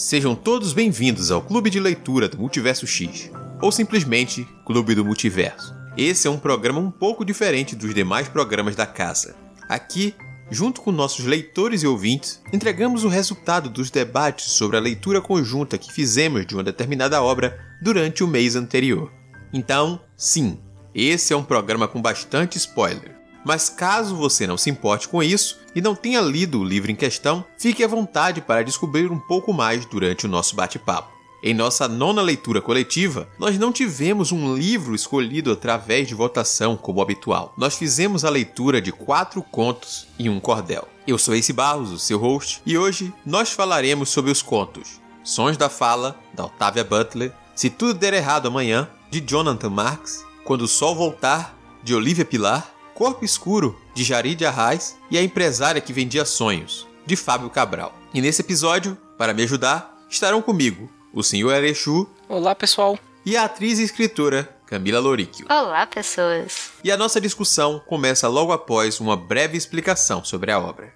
Sejam todos bem-vindos ao Clube de Leitura do Multiverso X, ou simplesmente Clube do Multiverso. Esse é um programa um pouco diferente dos demais programas da casa. Aqui, junto com nossos leitores e ouvintes, entregamos o resultado dos debates sobre a leitura conjunta que fizemos de uma determinada obra durante o mês anterior. Então, sim, esse é um programa com bastante spoiler. Mas caso você não se importe com isso e não tenha lido o livro em questão, fique à vontade para descobrir um pouco mais durante o nosso bate-papo. Em nossa 9ª leitura coletiva, nós não tivemos um livro escolhido através de votação como habitual. Nós fizemos a leitura de 4 contos e um cordel. Eu sou Ace Barros, o seu host, e hoje nós falaremos sobre os contos Sons da Fala, da Octavia Butler, Se Tudo Der Errado Amanhã, de Jonathan Marks, Quando o Sol Voltar, de Olivia Pilar, Corpo Escuro, de Jarid Arraes, e A Empresária que Vendia Sonhos, de Fábio Cabral. E nesse episódio, para me ajudar, estarão comigo o Sr. Arechu. Olá, pessoal. E a atriz e escritora Camila Loríquio. Olá, pessoas. E a nossa discussão começa logo após uma breve explicação sobre a obra.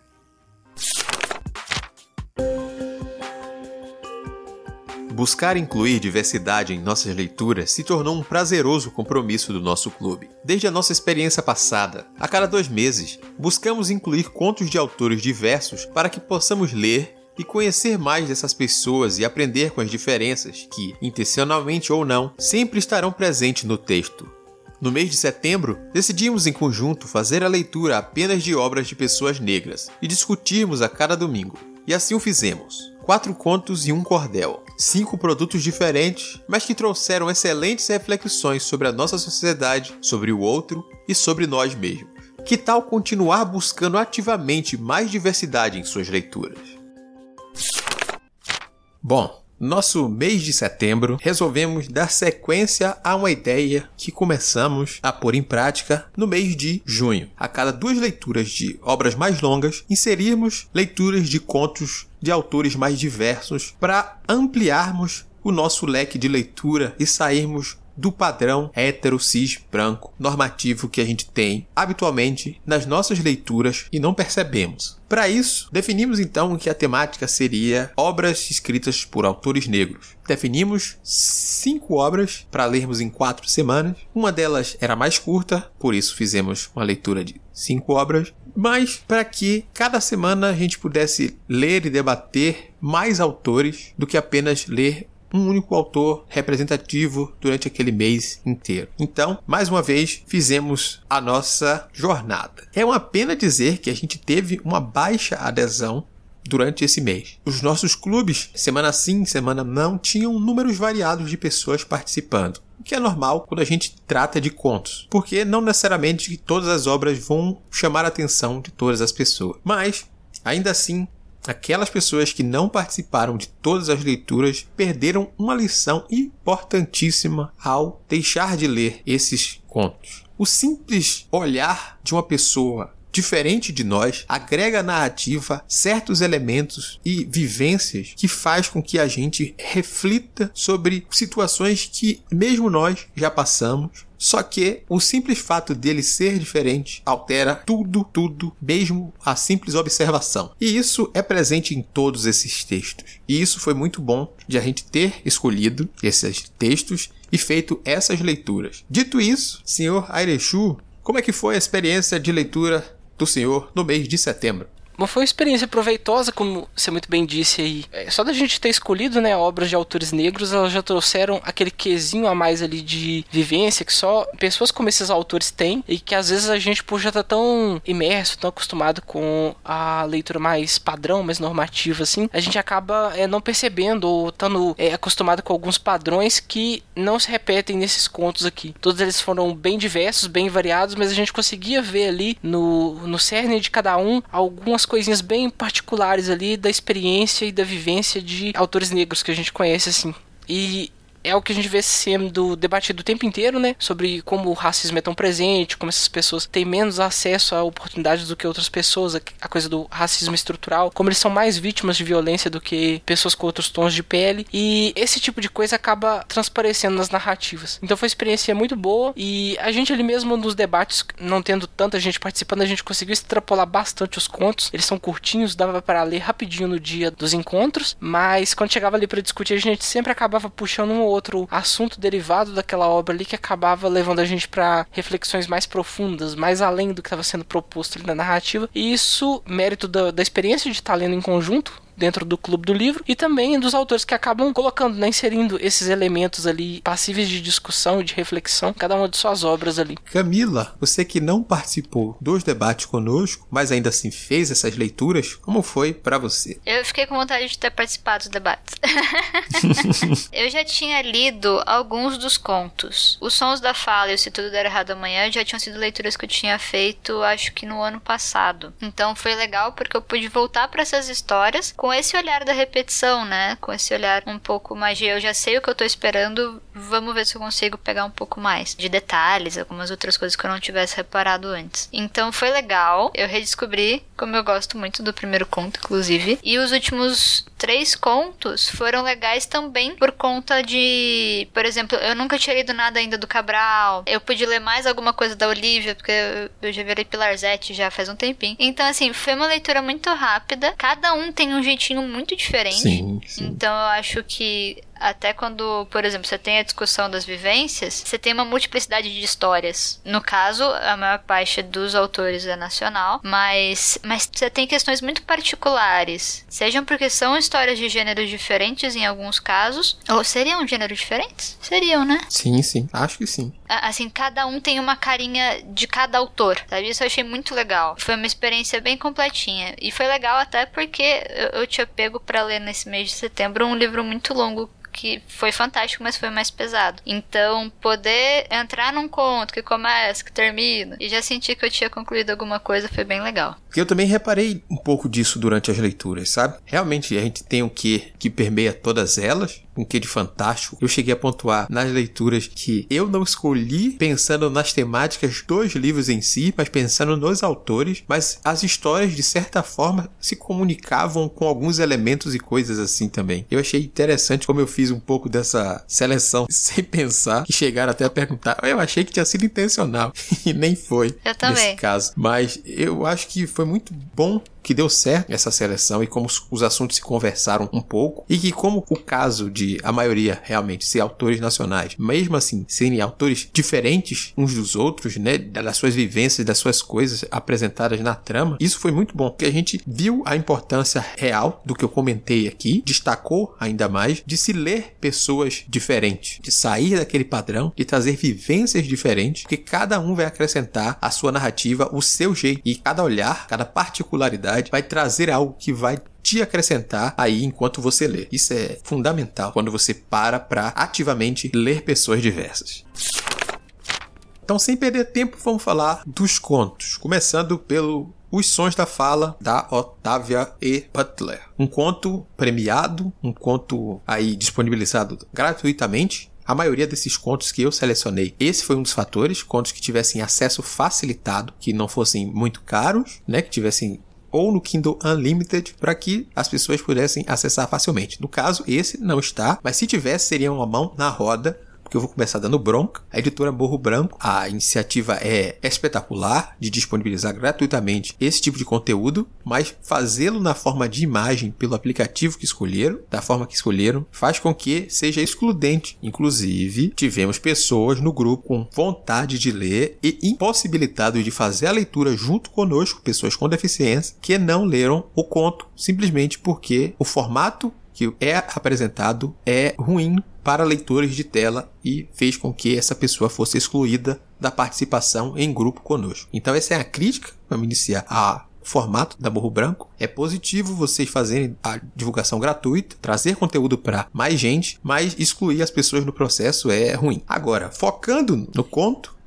Buscar incluir diversidade em nossas leituras se tornou um prazeroso compromisso do nosso clube. Desde a nossa experiência passada, a cada 2 meses, buscamos incluir contos de autores diversos para que possamos ler e conhecer mais dessas pessoas e aprender com as diferenças que, intencionalmente ou não, sempre estarão presentes no texto. No mês de setembro, decidimos em conjunto fazer a leitura apenas de obras de pessoas negras e discutirmos a cada domingo. E assim o fizemos. 4 contos e um cordel. 5 produtos diferentes, mas que trouxeram excelentes reflexões sobre a nossa sociedade, sobre o outro e sobre nós mesmos. Que tal continuar buscando ativamente mais diversidade em suas leituras? Bom, no nosso mês de setembro, resolvemos dar sequência a uma ideia que começamos a pôr em prática no mês de junho. A cada 2 leituras de obras mais longas, inserirmos leituras de contos de autores mais diversos para ampliarmos o nosso leque de leitura e sairmos do padrão hétero, cis, branco, normativo que a gente tem habitualmente nas nossas leituras e não percebemos. Para isso, definimos então que a temática seria obras escritas por autores negros. Definimos 5 obras para lermos em 4 semanas. Uma delas era mais curta, por isso fizemos uma leitura de 5 obras. Mas para que cada semana a gente pudesse ler e debater mais autores do que apenas ler um único autor representativo durante aquele mês inteiro. Então, mais uma vez, fizemos a nossa jornada. É uma pena dizer que a gente teve uma baixa adesão durante esse mês. Os nossos clubes, semana sim, semana não, tinham números variados de pessoas participando. O que é normal quando a gente trata de contos, porque não necessariamente todas as obras vão chamar a atenção de todas as pessoas. Mas, ainda assim, aquelas pessoas que não participaram de todas as leituras perderam uma lição importantíssima ao deixar de ler esses contos. O simples olhar de uma pessoa diferente de nós agrega à narrativa certos elementos e vivências que faz com que a gente reflita sobre situações que mesmo nós já passamos. Só que o simples fato dele ser diferente altera tudo, mesmo a simples observação. E isso é presente em todos esses textos. E isso foi muito bom de a gente ter escolhido esses textos e feito essas leituras. Dito isso, Sr. Arechu, como é que foi a experiência de leitura do senhor no mês de setembro? Bom, foi uma experiência proveitosa, como você muito bem disse aí. Só da gente ter escolhido, né, obras de autores negros, elas já trouxeram aquele quesinho a mais ali de vivência que só pessoas como esses autores têm e que às vezes a gente, por já tá tão imerso, tão acostumado com a leitura mais padrão, mais normativa, assim, a gente acaba não percebendo ou estando acostumado com alguns padrões que não se repetem nesses contos aqui. Todos eles foram bem diversos, bem variados, mas a gente conseguia ver ali no cerne de cada um algumas coisinhas bem particulares ali da experiência e da vivência de autores negros que a gente conhece, assim. E é o que a gente vê sendo debatido o tempo inteiro, né? Sobre como o racismo é tão presente, como essas pessoas têm menos acesso a oportunidades do que outras pessoas, a coisa do racismo estrutural, como eles são mais vítimas de violência do que pessoas com outros tons de pele, e esse tipo de coisa acaba transparecendo nas narrativas. Então foi uma experiência muito boa, e a gente ali mesmo nos debates, não tendo tanta gente participando, a gente conseguiu extrapolar bastante os contos. Eles são curtinhos, dava para ler rapidinho no dia dos encontros, mas quando chegava ali para discutir, a gente sempre acabava puxando um ou outro assunto derivado daquela obra ali, que acabava levando a gente para reflexões mais profundas, mais além do que estava sendo proposto ali na narrativa. E isso, mérito da experiência de estar lendo em conjunto dentro do clube do livro, e também dos autores que acabam colocando, né, inserindo esses elementos ali passíveis de discussão e de reflexão, cada uma de suas obras ali. Camila, você que não participou dos debates conosco, mas ainda assim fez essas leituras, como foi pra você? Eu fiquei com vontade de ter participado dos debates. Eu já tinha lido alguns dos contos. Os Sons da Fala e o Se Tudo Der Errado Amanhã já tinham sido leituras que eu tinha feito, acho que no ano passado. Então foi legal porque eu pude voltar pra essas histórias com esse olhar da repetição, né? Com esse olhar um pouco mais de eu já sei o que eu tô esperando, vamos ver se eu consigo pegar um pouco mais de detalhes, algumas outras coisas que eu não tivesse reparado antes. Então foi legal, eu redescobri como eu gosto muito do primeiro conto, inclusive. E os últimos 3 contos foram legais também por conta de, por exemplo, eu nunca tinha lido nada ainda do Cabral, eu pude ler mais alguma coisa da Olivia, porque eu já virei Pilarzete já faz um tempinho. Então assim, foi uma leitura muito rápida, cada um tem um jeitinho muito diferente. Sim. Então eu acho que até quando, por exemplo, você tem a discussão das vivências, você tem uma multiplicidade de histórias. No caso, a maior parte dos autores é nacional, mas você tem questões muito particulares. Sejam porque são histórias de gêneros diferentes em alguns casos, ou seriam gêneros diferentes? Seriam, né? Sim, acho que sim. Assim, cada um tem uma carinha de cada autor, sabe? Isso eu achei muito legal. Foi uma experiência bem completinha. E foi legal até porque eu tinha pego pra ler nesse mês de setembro um livro muito longo, que foi fantástico, mas foi mais pesado. Então, poder entrar num conto que começa, que termina, e já sentir que eu tinha concluído alguma coisa foi bem legal. Eu também reparei um pouco disso durante as leituras, sabe? Realmente, a gente tem um quê que permeia todas elas, um quê de fantástico. Eu cheguei a pontuar nas leituras que eu não escolhi pensando nas temáticas dos livros em si, mas pensando nos autores, mas as histórias, de certa forma, se comunicavam com alguns elementos e coisas assim também. Eu achei interessante como eu fiz um pouco dessa seleção sem pensar, que chegaram até a perguntar, eu achei que tinha sido intencional, e nem foi. Eu também. Nesse caso. Mas eu acho que foi muito bom que deu certo essa seleção e como os assuntos se conversaram um pouco, e que como o caso de a maioria realmente ser autores nacionais, mesmo assim serem autores diferentes uns dos outros, né, das suas vivências, das suas coisas apresentadas na trama, isso foi muito bom, porque a gente viu a importância real do que eu comentei aqui, destacou ainda mais de se ler pessoas diferentes, de sair daquele padrão, de trazer vivências diferentes, porque cada um vai acrescentar a sua narrativa, o seu jeito, e cada olhar, cada particularidade vai trazer algo que vai te acrescentar aí enquanto você lê. Isso é fundamental quando você para ativamente ler pessoas diversas. Então, sem perder tempo, vamos falar dos contos, começando pelo Os Sons da Fala, da Octavia E. Butler. Um conto premiado, um conto aí disponibilizado gratuitamente. A maioria desses contos que eu selecionei, esse foi um dos fatores, contos que tivessem acesso facilitado, que não fossem muito caros, né, que tivessem ou no Kindle Unlimited, para que as pessoas pudessem acessar facilmente. No caso, esse não está, mas se tivesse, seria uma mão na roda, porque eu vou começar dando bronca. A editora Morro Branco, a iniciativa é espetacular de disponibilizar gratuitamente esse tipo de conteúdo, mas fazê-lo na forma de imagem pelo aplicativo que escolheram, da forma que escolheram, faz com que seja excludente. Inclusive, tivemos pessoas no grupo com vontade de ler e impossibilitados de fazer a leitura junto conosco, pessoas com deficiência, que não leram o conto, simplesmente porque o formato que é apresentado é ruim para leitores de tela e fez com que essa pessoa fosse excluída da participação em grupo conosco. Então essa é a crítica, vamos iniciar a formato da Morro Branco. É positivo vocês fazerem a divulgação gratuita, trazer conteúdo para mais gente, mas excluir as pessoas no processo é ruim. Agora, focando no conto,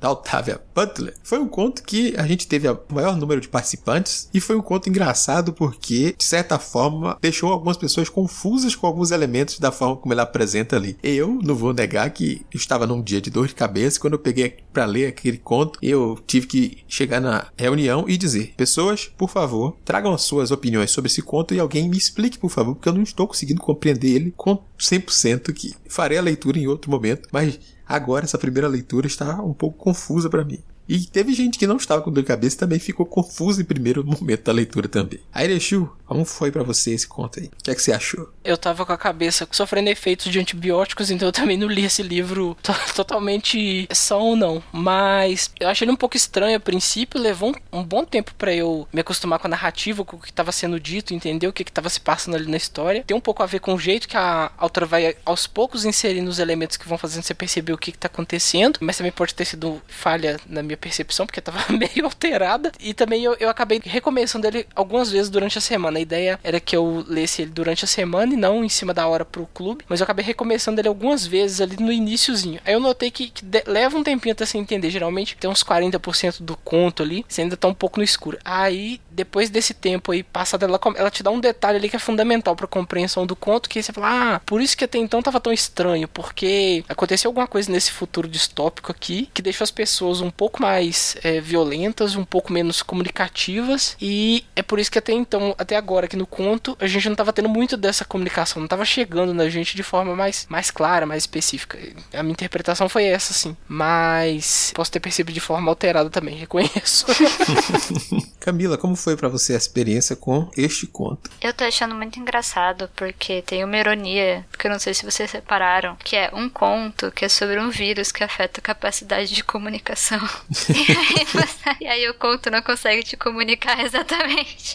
da Octavia Butler, foi um conto que a gente teve o maior número de participantes e foi um conto engraçado porque, de certa forma, deixou algumas pessoas confusas com alguns elementos da forma como ele apresenta ali. Eu não vou negar que eu estava num dia de dor de cabeça e quando eu peguei para ler aquele conto, eu tive que chegar na reunião e dizer: pessoas, por favor, tragam as suas opiniões sobre esse conto e alguém me explique, por favor, porque eu não estou conseguindo compreender ele com 100%, que farei a leitura em outro momento, mas agora essa primeira leitura está um pouco confusa para mim. E teve gente que não estava com dor de cabeça e também ficou confusa em primeiro momento da leitura também. Aí, Erechu, como foi pra você esse conto aí? O que é que você achou? Eu tava com a cabeça sofrendo efeitos de antibióticos, então eu também não li esse livro totalmente são ou não. Mas eu achei ele um pouco estranho a princípio, levou um bom tempo pra eu me acostumar com a narrativa, com o que tava sendo dito, entender o que tava se passando ali na história. Tem um pouco a ver com o jeito que a autora vai aos poucos inserindo os elementos que vão fazendo você perceber o que tá acontecendo, mas também pode ter sido falha na minha percepção, porque tava meio alterada. E também eu acabei recomeçando ele algumas vezes durante a semana. A ideia era que eu lesse ele durante a semana e não em cima da hora pro clube, mas eu acabei recomeçando ele algumas vezes ali no iniciozinho. Aí eu notei que leva um tempinho até você entender. Geralmente tem uns 40% do conto ali, você ainda tá um pouco no escuro. Aí, depois desse tempo aí passado, ela te dá um detalhe ali que é fundamental pra compreensão do conto, que aí você fala, por isso que até então tava tão estranho, porque aconteceu alguma coisa nesse futuro distópico aqui, que deixou as pessoas um pouco mais violentas, um pouco menos comunicativas, e é por isso que até então, até agora aqui no conto, a gente não tava tendo muito dessa comunicação, não tava chegando na gente de forma mais clara, mais específica. A minha interpretação foi essa, sim, mas posso ter percebido de forma alterada também, reconheço. Camila, como foi pra você a experiência com este conto? Eu tô achando muito engraçado, porque tem uma ironia, porque eu não sei se vocês separaram, que é um conto que é sobre um vírus que afeta a capacidade de comunicação. E aí o conto não consegue te comunicar exatamente.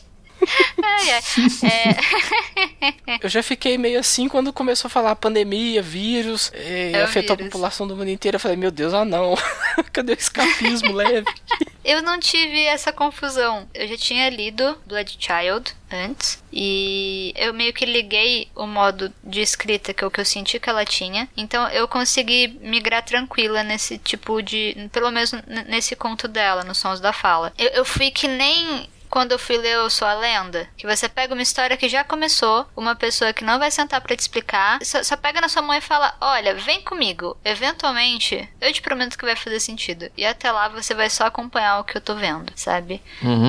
Eu já fiquei meio assim quando começou a falar pandemia, vírus, afetou a população do mundo inteiro. Eu falei, meu Deus, não. Cadê o escapismo leve? Eu não tive essa confusão. Eu já tinha lido Blood Child antes e eu meio que liguei o modo de escrita que é o que eu senti que ela tinha. Então eu consegui migrar tranquila nesse tipo de... pelo menos nesse conto dela, nos Sons da Fala. Eu fui que nem... quando eu fui ler Eu Sou a Lenda, que você pega uma história que já começou, uma pessoa que não vai sentar pra te explicar, só pega na sua mão e fala, olha, vem comigo, eventualmente eu te prometo que vai fazer sentido, e até lá você vai só acompanhar o que eu tô vendo, sabe?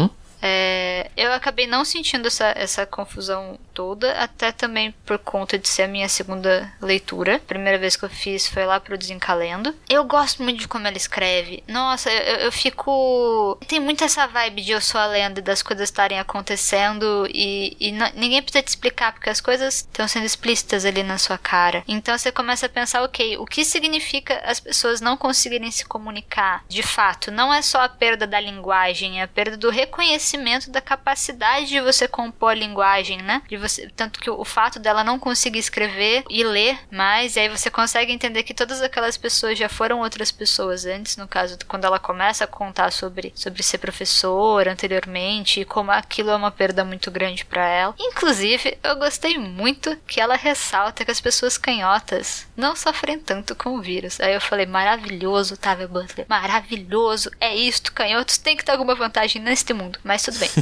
Eu acabei não sentindo essa confusão toda, até também por conta de ser a minha segunda leitura. A primeira vez que eu fiz foi lá pro Desencalendo. Eu gosto muito de como ela escreve. Nossa, eu fico... Tem muito essa vibe de Eu Sou a Lenda, das coisas estarem acontecendo e ninguém precisa te explicar, porque as coisas estão sendo explícitas ali na sua cara. Então você começa a pensar, ok, o que significa as pessoas não conseguirem se comunicar? De fato, não é só a perda da linguagem, é a perda do reconhecimento da capacidade de você compor a linguagem, né? Tanto que o fato dela não conseguir escrever e ler mais, e aí você consegue entender que todas aquelas pessoas já foram outras pessoas antes, no caso, quando ela começa a contar sobre ser professora anteriormente, e como aquilo é uma perda muito grande pra ela. Inclusive, eu gostei muito que ela ressalta que as pessoas canhotas não sofrem tanto com o vírus. Aí eu falei, maravilhoso, Octavia Butler, maravilhoso, é isto, canhotos tem que ter alguma vantagem neste mundo, mas tudo bem.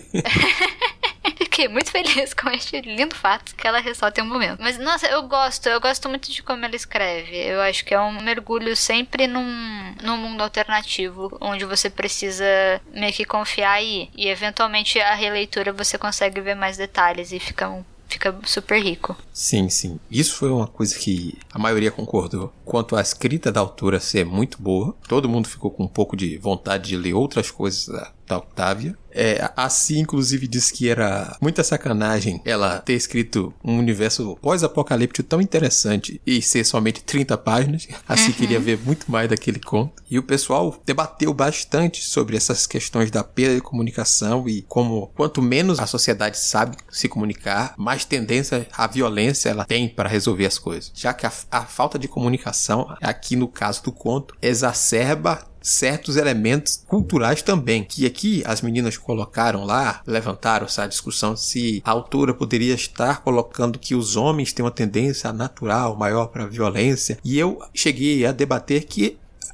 Fiquei muito feliz com este lindo fato que ela ressalta em um momento. Mas, nossa, eu gosto muito de como ela escreve. Eu acho que é um mergulho sempre num mundo alternativo, onde você precisa meio que confiar aí. E, eventualmente, a releitura você consegue ver mais detalhes e fica super rico. Sim. Isso foi uma coisa que a maioria concordou. Quanto à escrita da autora ser muito boa, todo mundo ficou com um pouco de vontade de ler outras coisas da Octavia. Assim, inclusive, disse que era muita sacanagem ela ter escrito um universo pós-apocalíptico tão interessante e ser somente 30 páginas. Assim, queria ver muito mais daquele conto. E o pessoal debateu bastante sobre essas questões da perda de comunicação e como, quanto menos a sociedade sabe se comunicar, mais tendência à violência ela tem para resolver as coisas. Já que a falta de comunicação, aqui no caso do conto, exacerba certos elementos culturais também, que aqui as meninas colocaram lá, levantaram essa discussão se a autora poderia estar colocando que os homens têm uma tendência natural maior para a violência, e eu cheguei a debater que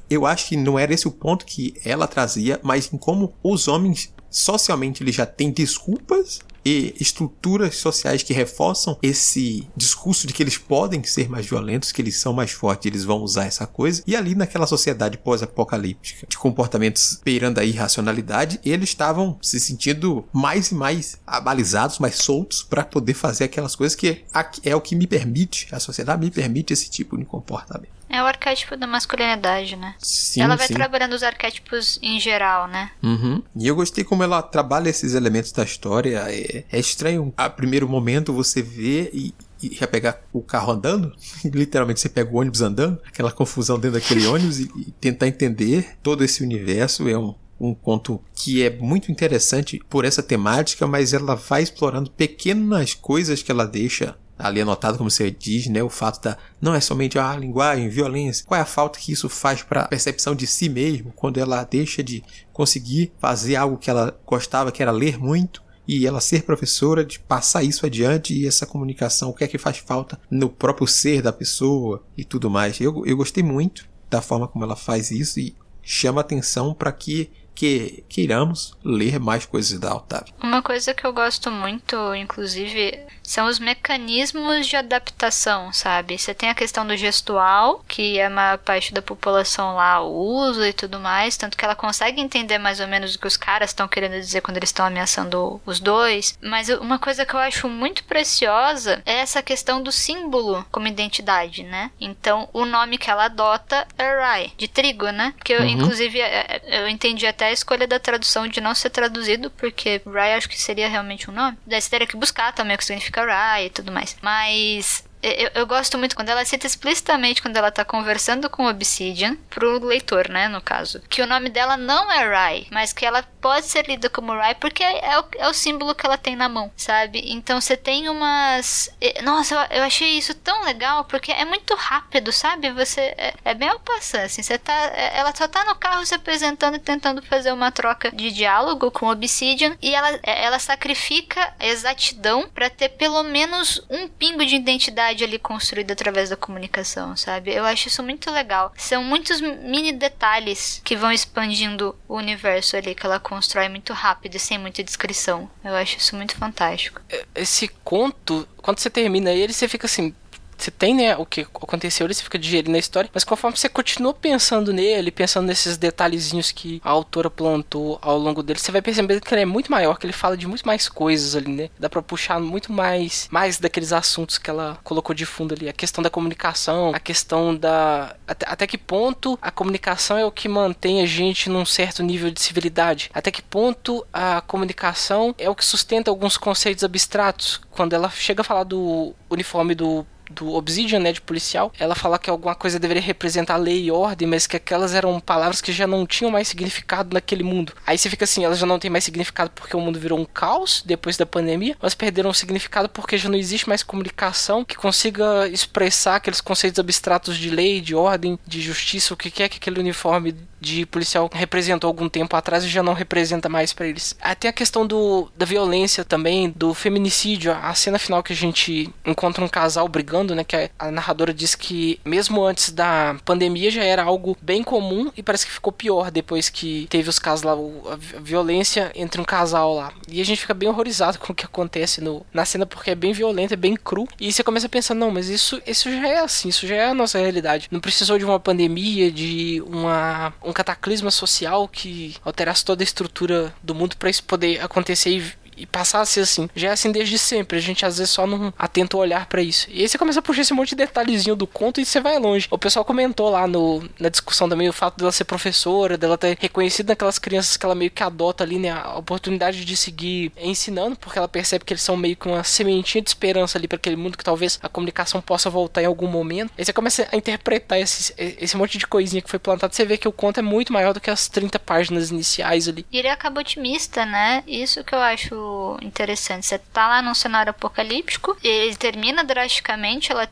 eu acho que não era esse o ponto que ela trazia, mas em como os homens, socialmente, eles já têm desculpas e estruturas sociais que reforçam esse discurso de que eles podem ser mais violentos, que eles são mais fortes, eles vão usar essa coisa. E ali naquela sociedade pós-apocalíptica, de comportamentos beirando a irracionalidade, eles estavam se sentindo mais e mais abalizados, mais soltos, para poder fazer aquelas coisas que é o que me permite, a sociedade me permite esse tipo de comportamento. É o arquétipo da masculinidade, né? Sim, ela vai sim. trabalhando os arquétipos em geral, né? Uhum. E eu gostei como ela trabalha esses elementos da história. É estranho, a primeiro momento, você vê e já pegar o carro andando, literalmente você pega o ônibus andando, aquela confusão dentro daquele ônibus e tentar entender todo esse universo. É um conto que é muito interessante por essa temática, mas ela vai explorando pequenas coisas que ela deixa ali anotado, como você diz, né? O fato da... Não é somente a linguagem, violência. Qual é a falta que isso faz para a percepção de si mesmo, quando ela deixa de conseguir fazer algo que ela gostava, que era ler muito, e ela ser professora, de passar isso adiante, e essa comunicação, o que é que faz falta no próprio ser da pessoa e tudo mais. Eu gostei muito da forma como ela faz isso e chama atenção para que queiramos ler mais coisas da Otávia. Uma coisa que eu gosto muito, inclusive, são os mecanismos de adaptação, sabe? Você tem a questão do gestual, que a maior parte da população lá usa e tudo mais, tanto que ela consegue entender mais ou menos o que os caras estão querendo dizer quando eles estão ameaçando os dois. Mas uma coisa que eu acho muito preciosa é essa questão do símbolo como identidade, né? Então, o nome que ela adota é Rye, de trigo, né? Que eu, inclusive, eu entendi até a escolha da tradução de não ser traduzido, porque Rye acho que seria realmente um nome. Daí você teria que buscar também o que significa Rye e tudo mais. Mas eu gosto muito quando ela cita explicitamente, quando ela tá conversando com Obsidian, pro leitor, né, no caso, que o nome dela não é Rye, mas que ela pode ser lida como Rye porque é o símbolo que ela tem na mão, sabe? Então você tem umas... Nossa, eu achei isso tão legal, porque é muito rápido, sabe? Você... É bem ao passar, assim, você tá... Ela só tá no carro se apresentando e tentando fazer uma troca de diálogo com Obsidian, e ela sacrifica a exatidão pra ter pelo menos um pingo de identidade ali construída através da comunicação, sabe? Eu acho isso muito legal. São muitos mini detalhes que vão expandindo o universo ali que ela constrói muito rápido e sem muita descrição. Eu acho isso muito fantástico. Esse conto, quando você termina ele, você fica assim... Você tem, né, o que aconteceu ali, você fica digerindo a história, mas conforme você continua pensando nele, pensando nesses detalhezinhos que a autora plantou ao longo dele, você vai percebendo que ele é muito maior, que ele fala de muito mais coisas ali, né? Dá pra puxar muito mais daqueles assuntos que ela colocou de fundo ali. A questão da comunicação, a questão da... Até que ponto a comunicação é o que mantém a gente num certo nível de civilidade. Até que ponto a comunicação é o que sustenta alguns conceitos abstratos. Quando ela chega a falar do uniforme do Obsidian, né, de policial, ela fala que alguma coisa deveria representar lei e ordem, mas que aquelas eram palavras que já não tinham mais significado naquele mundo. Aí você fica assim, elas já não têm mais significado porque o mundo virou um caos depois da pandemia, mas perderam o significado porque já não existe mais comunicação que consiga expressar aqueles conceitos abstratos de lei, de ordem, de justiça, o que é que aquele uniforme de policial representou algum tempo atrás e já não representa mais pra eles. Até a questão da violência também, do feminicídio, a cena final que a gente encontra um casal brigando, né, que a narradora diz que mesmo antes da pandemia já era algo bem comum e parece que ficou pior depois que teve os casos lá, a violência entre um casal lá. E a gente fica bem horrorizado com o que acontece na cena, porque é bem violento, é bem cru, e você começa a pensar, não, mas isso já é assim, isso já é a nossa realidade. Não precisou de uma pandemia, de um cataclisma social que alterasse toda a estrutura do mundo para isso poder acontecer e passar a ser assim. Já é assim desde sempre, a gente às vezes só não atenta o olhar pra isso. E aí você começa a puxar esse monte de detalhezinho do conto e você vai longe. O pessoal comentou lá na discussão também o fato dela ser professora, dela ter reconhecido naquelas crianças que ela meio que adota ali, né, a oportunidade de seguir ensinando, porque ela percebe que eles são meio que uma sementinha de esperança ali para aquele mundo que talvez a comunicação possa voltar em algum momento. Aí você começa a interpretar esse monte de coisinha que foi plantado, você vê que o conto é muito maior do que as 30 páginas iniciais ali. E ele acaba otimista, né? Isso que eu acho interessante. Você tá lá num cenário apocalíptico, ele termina drasticamente, ela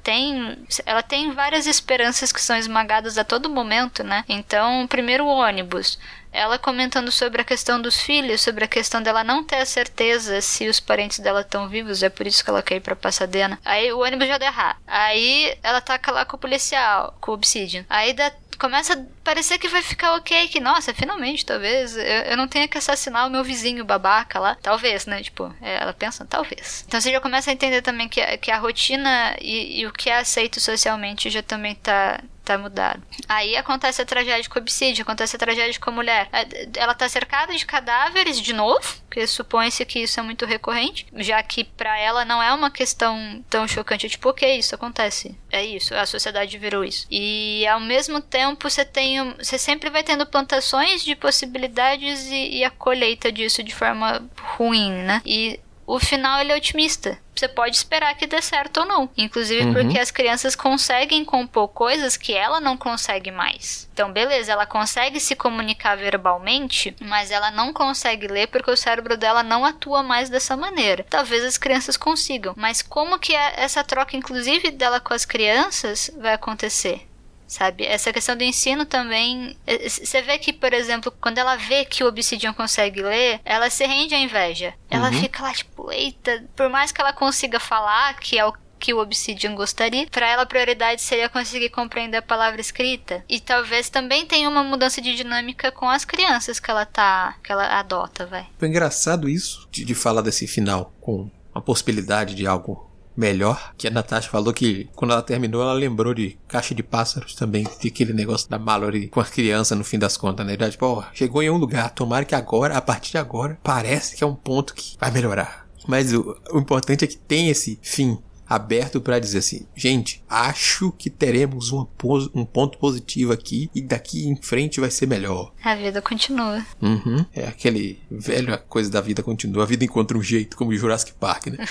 tem várias esperanças que são esmagadas a todo momento, né? Então, primeiro o ônibus. Ela comentando sobre a questão dos filhos, sobre a questão dela não ter a certeza se os parentes dela estão vivos, é por isso que ela quer ir pra Pasadena. Aí o ônibus já dá errado. Aí ela tá lá com o policial, com o Obsidian. Aí dá começa a parecer que vai ficar ok, que, nossa, finalmente, talvez, eu não tenha que assassinar o meu vizinho babaca lá. Talvez, né? Tipo, ela pensa, talvez. Então você já começa a entender também que a rotina e o que é aceito socialmente já também tá mudado. Aí acontece a tragédia com o homicídio, acontece a tragédia com a mulher. Ela tá cercada de cadáveres de novo, porque supõe-se que isso é muito recorrente, já que pra ela não é uma questão tão chocante, tipo, ok, isso acontece. É isso, a sociedade virou isso. E ao mesmo tempo você sempre vai tendo plantações de possibilidades e a colheita disso de forma ruim, né? E o final, ele é otimista. Você pode esperar que dê certo ou não. Inclusive porque as crianças conseguem compor coisas que ela não consegue mais. Então, beleza, ela consegue se comunicar verbalmente, mas ela não consegue ler porque o cérebro dela não atua mais dessa maneira. Talvez as crianças consigam. Mas como que essa troca, inclusive, dela com as crianças vai acontecer? Sabe, essa questão do ensino também, você vê que, por exemplo, quando ela vê que o Obsidian consegue ler, ela se rende à inveja. Ela fica lá, tipo, eita, por mais que ela consiga falar, que é o que o Obsidian gostaria, pra ela a prioridade seria conseguir compreender a palavra escrita. E talvez também tenha uma mudança de dinâmica com as crianças que ela adota, vai. Foi engraçado isso, de falar desse final, com a possibilidade de algo melhor, que a Natasha falou que quando ela terminou, ela lembrou de Caixa de Pássaros também, de aquele negócio da Mallory com a criança no fim das contas, né? Tipo, chegou em um lugar, tomara que agora, a partir de agora, parece que é um ponto que vai melhorar. Mas o importante é que tem esse fim aberto pra dizer assim, gente, acho que teremos um ponto positivo aqui e daqui em frente vai ser melhor. A vida continua. É aquele velho coisa da vida continua, a vida encontra um jeito, como o Jurassic Park, né?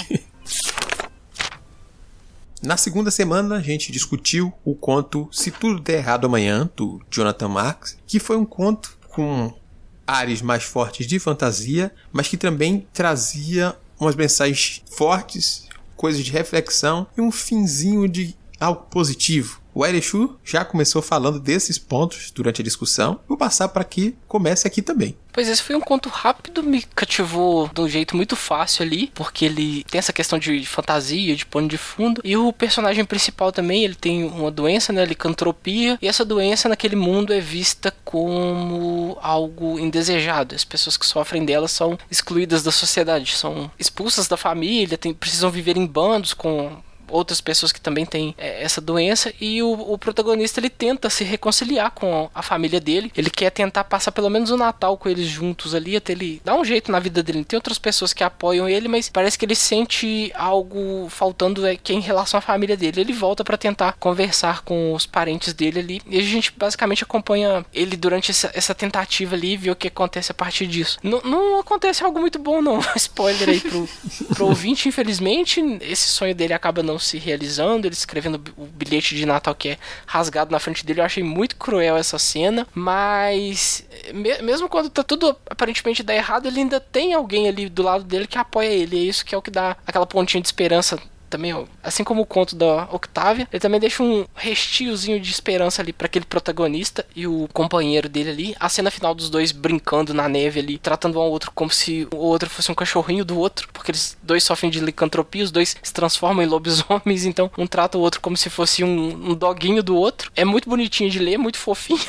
Na segunda semana, a gente discutiu o conto Se Tudo Der Errado Amanhã, do Jonathan Marks, que foi um conto com ares mais fortes de fantasia, mas que também trazia umas mensagens fortes, coisas de reflexão e um finzinho de algo positivo. O Erechu já começou falando desses pontos durante a discussão. Vou passar para que comece aqui também. Pois esse foi um conto rápido, me cativou de um jeito muito fácil ali, porque ele tem essa questão de fantasia, de pano de fundo, e o personagem principal também, ele tem uma doença, né, licantropia, e essa doença naquele mundo é vista como algo indesejado. As pessoas que sofrem dela são excluídas da sociedade, são expulsas da família, precisam viver em bandos com outras pessoas que também têm essa doença, e o protagonista, ele tenta se reconciliar com a família dele, ele quer tentar passar pelo menos o Natal com eles juntos ali, até ele dar um jeito na vida dele. Tem outras pessoas que apoiam ele, mas parece que ele sente algo faltando que é em relação à família dele. Ele volta pra tentar conversar com os parentes dele ali, e a gente basicamente acompanha ele durante essa tentativa ali e vê o que acontece a partir disso. Não acontece algo muito bom não, spoiler aí pro ouvinte, infelizmente, esse sonho dele acaba não se realizando, ele escrevendo o bilhete de Natal que é rasgado na frente dele. Eu achei muito cruel essa cena, mas mesmo quando tá tudo aparentemente dá errado, ele ainda tem alguém ali do lado dele que apoia ele, e é isso que é o que dá aquela pontinha de esperança também, assim como o conto da Octavia, ele também deixa um restiozinho de esperança ali para aquele protagonista e o companheiro dele ali. A cena final dos dois brincando na neve ali, tratando um ao outro como se o outro fosse um cachorrinho do outro, porque eles dois sofrem de licantropia, os dois se transformam em lobisomens, então um trata o outro como se fosse um doguinho do outro. É muito bonitinho de ler, muito fofinho.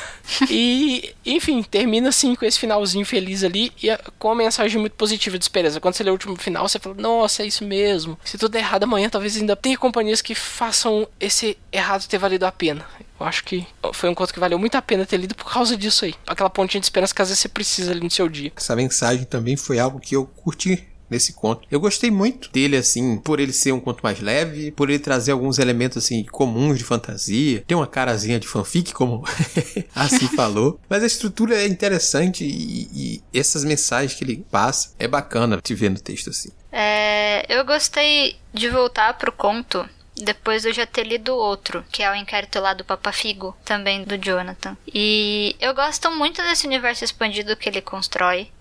E, enfim, termina assim com esse finalzinho feliz ali e com uma mensagem muito positiva de esperança. Quando você lê o último final, você fala, nossa, é isso mesmo. Se tudo der errado amanhã, talvez ainda tenha companhias que façam esse errado ter valido a pena. Eu acho que foi um conto que valeu muito a pena ter lido por causa disso aí. Aquela pontinha de esperança que às vezes você precisa ali no seu dia. Essa mensagem também foi algo que eu curti nesse conto. Eu gostei muito dele, assim, por ele ser um conto mais leve, por ele trazer alguns elementos, assim, comuns de fantasia. Tem uma carazinha de fanfic, como assim falou. Mas a estrutura é interessante e essas mensagens que ele passa, é bacana te ver no texto, assim. Eu gostei de voltar pro conto depois de eu já ter lido outro, que é o Inquérito lá do Papa Figo, também do Jonathan. E eu gosto muito desse universo expandido que ele constrói.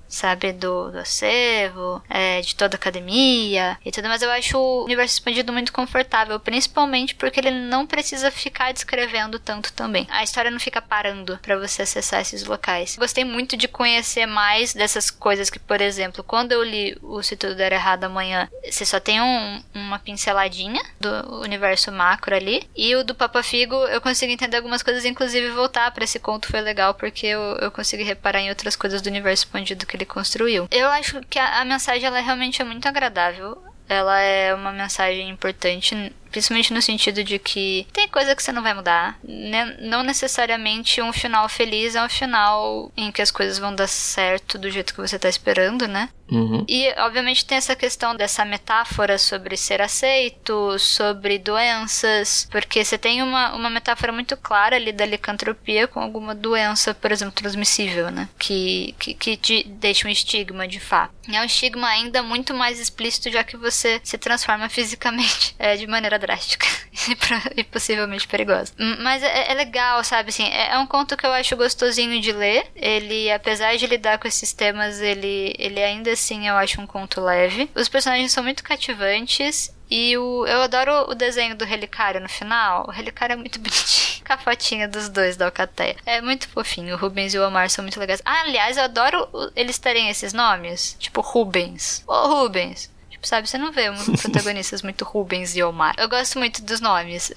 sabe? Do acervo, de toda a academia e tudo, mas eu acho o universo expandido muito confortável, principalmente porque ele não precisa ficar descrevendo tanto também. A história não fica parando pra você acessar esses locais. Gostei muito de conhecer mais dessas coisas que, por exemplo, quando eu li o Se Tudo Der Errado Amanhã, você só tem uma pinceladinha do universo macro ali, e o do Papa Figo eu consegui entender algumas coisas, inclusive voltar pra esse conto foi legal, porque eu consegui reparar em outras coisas do universo expandido que ele construiu. Eu acho que a mensagem ela realmente é muito agradável. Ela é uma mensagem importante, principalmente no sentido de que tem coisa que você não vai mudar. Não necessariamente um final feliz é um final em que as coisas vão dar certo do jeito que você tá esperando, né? Uhum. E, obviamente, tem essa questão dessa metáfora sobre ser aceito, sobre doenças, porque você tem uma metáfora muito clara ali da licantropia com alguma doença, por exemplo, transmissível, né? Que te deixa um estigma, de fato. E é um estigma ainda muito mais explícito, já que você se transforma fisicamente de maneira drástica e possivelmente perigosa. Mas é legal, sabe? Assim, é um conto que eu acho gostosinho de ler. Ele, apesar de lidar com esses temas, ele ainda assim eu acho um conto leve. Os personagens são muito cativantes. E eu adoro o desenho do Relicário no final. O Relicário é muito bonitinho. Com a fotinha dos dois da Alcateia. É muito fofinho. O Rubens e o Omar são muito legais. Ah, aliás, eu adoro eles terem esses nomes. Tipo Rubens. Ô, Rubens. Sabe, você não vê protagonistas muito Rubens e Omar. Eu gosto muito dos nomes.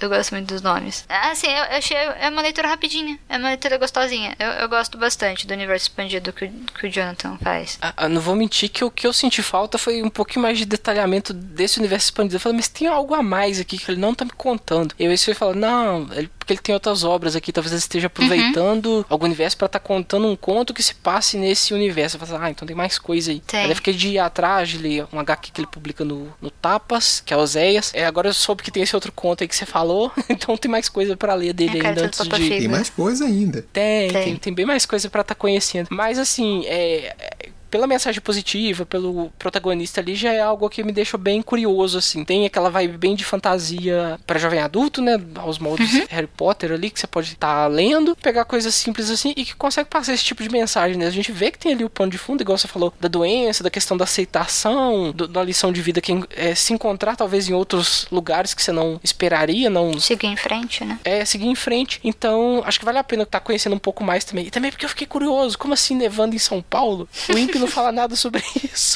Assim, eu achei uma leitura rapidinha. É uma leitura gostosinha. Eu gosto bastante do universo expandido que o Jonathan faz. Não vou mentir que o que eu senti falta foi um pouquinho mais de detalhamento desse universo expandido. Eu falei, mas tem algo a mais aqui que ele não tá me contando. E aí você fala, não, porque ele tem outras obras aqui. Talvez ele esteja aproveitando algum universo pra tá contando um conto que se passe nesse universo. Eu falo, então tem mais coisa aí. Tem. Aí eu fiquei de ir atrás de ler um HQ que ele publica no Tapas, que é Oséias. Agora eu soube que tem esse outro conto aí que você falou, então tem mais coisa pra ler dele ainda antes de... Tem mais coisa ainda. Tem bem mais coisa pra tá conhecendo. Mas assim, pela mensagem positiva, pelo protagonista ali, já é algo que me deixa bem curioso, assim. Tem aquela vibe bem de fantasia pra jovem adulto, né? Aos moldes Harry Potter ali, que você pode estar lendo, pegar coisas simples assim, e que consegue passar esse tipo de mensagem, né? A gente vê que tem ali o pano de fundo, igual você falou, da doença, da questão da aceitação, da lição de vida, que se encontrar talvez em outros lugares que você não esperaria, não... Seguir em frente, né? Seguir em frente. Então, acho que vale a pena estar conhecendo um pouco mais também. E também porque eu fiquei curioso, como assim nevando em São Paulo? O Imp não fala nada sobre isso.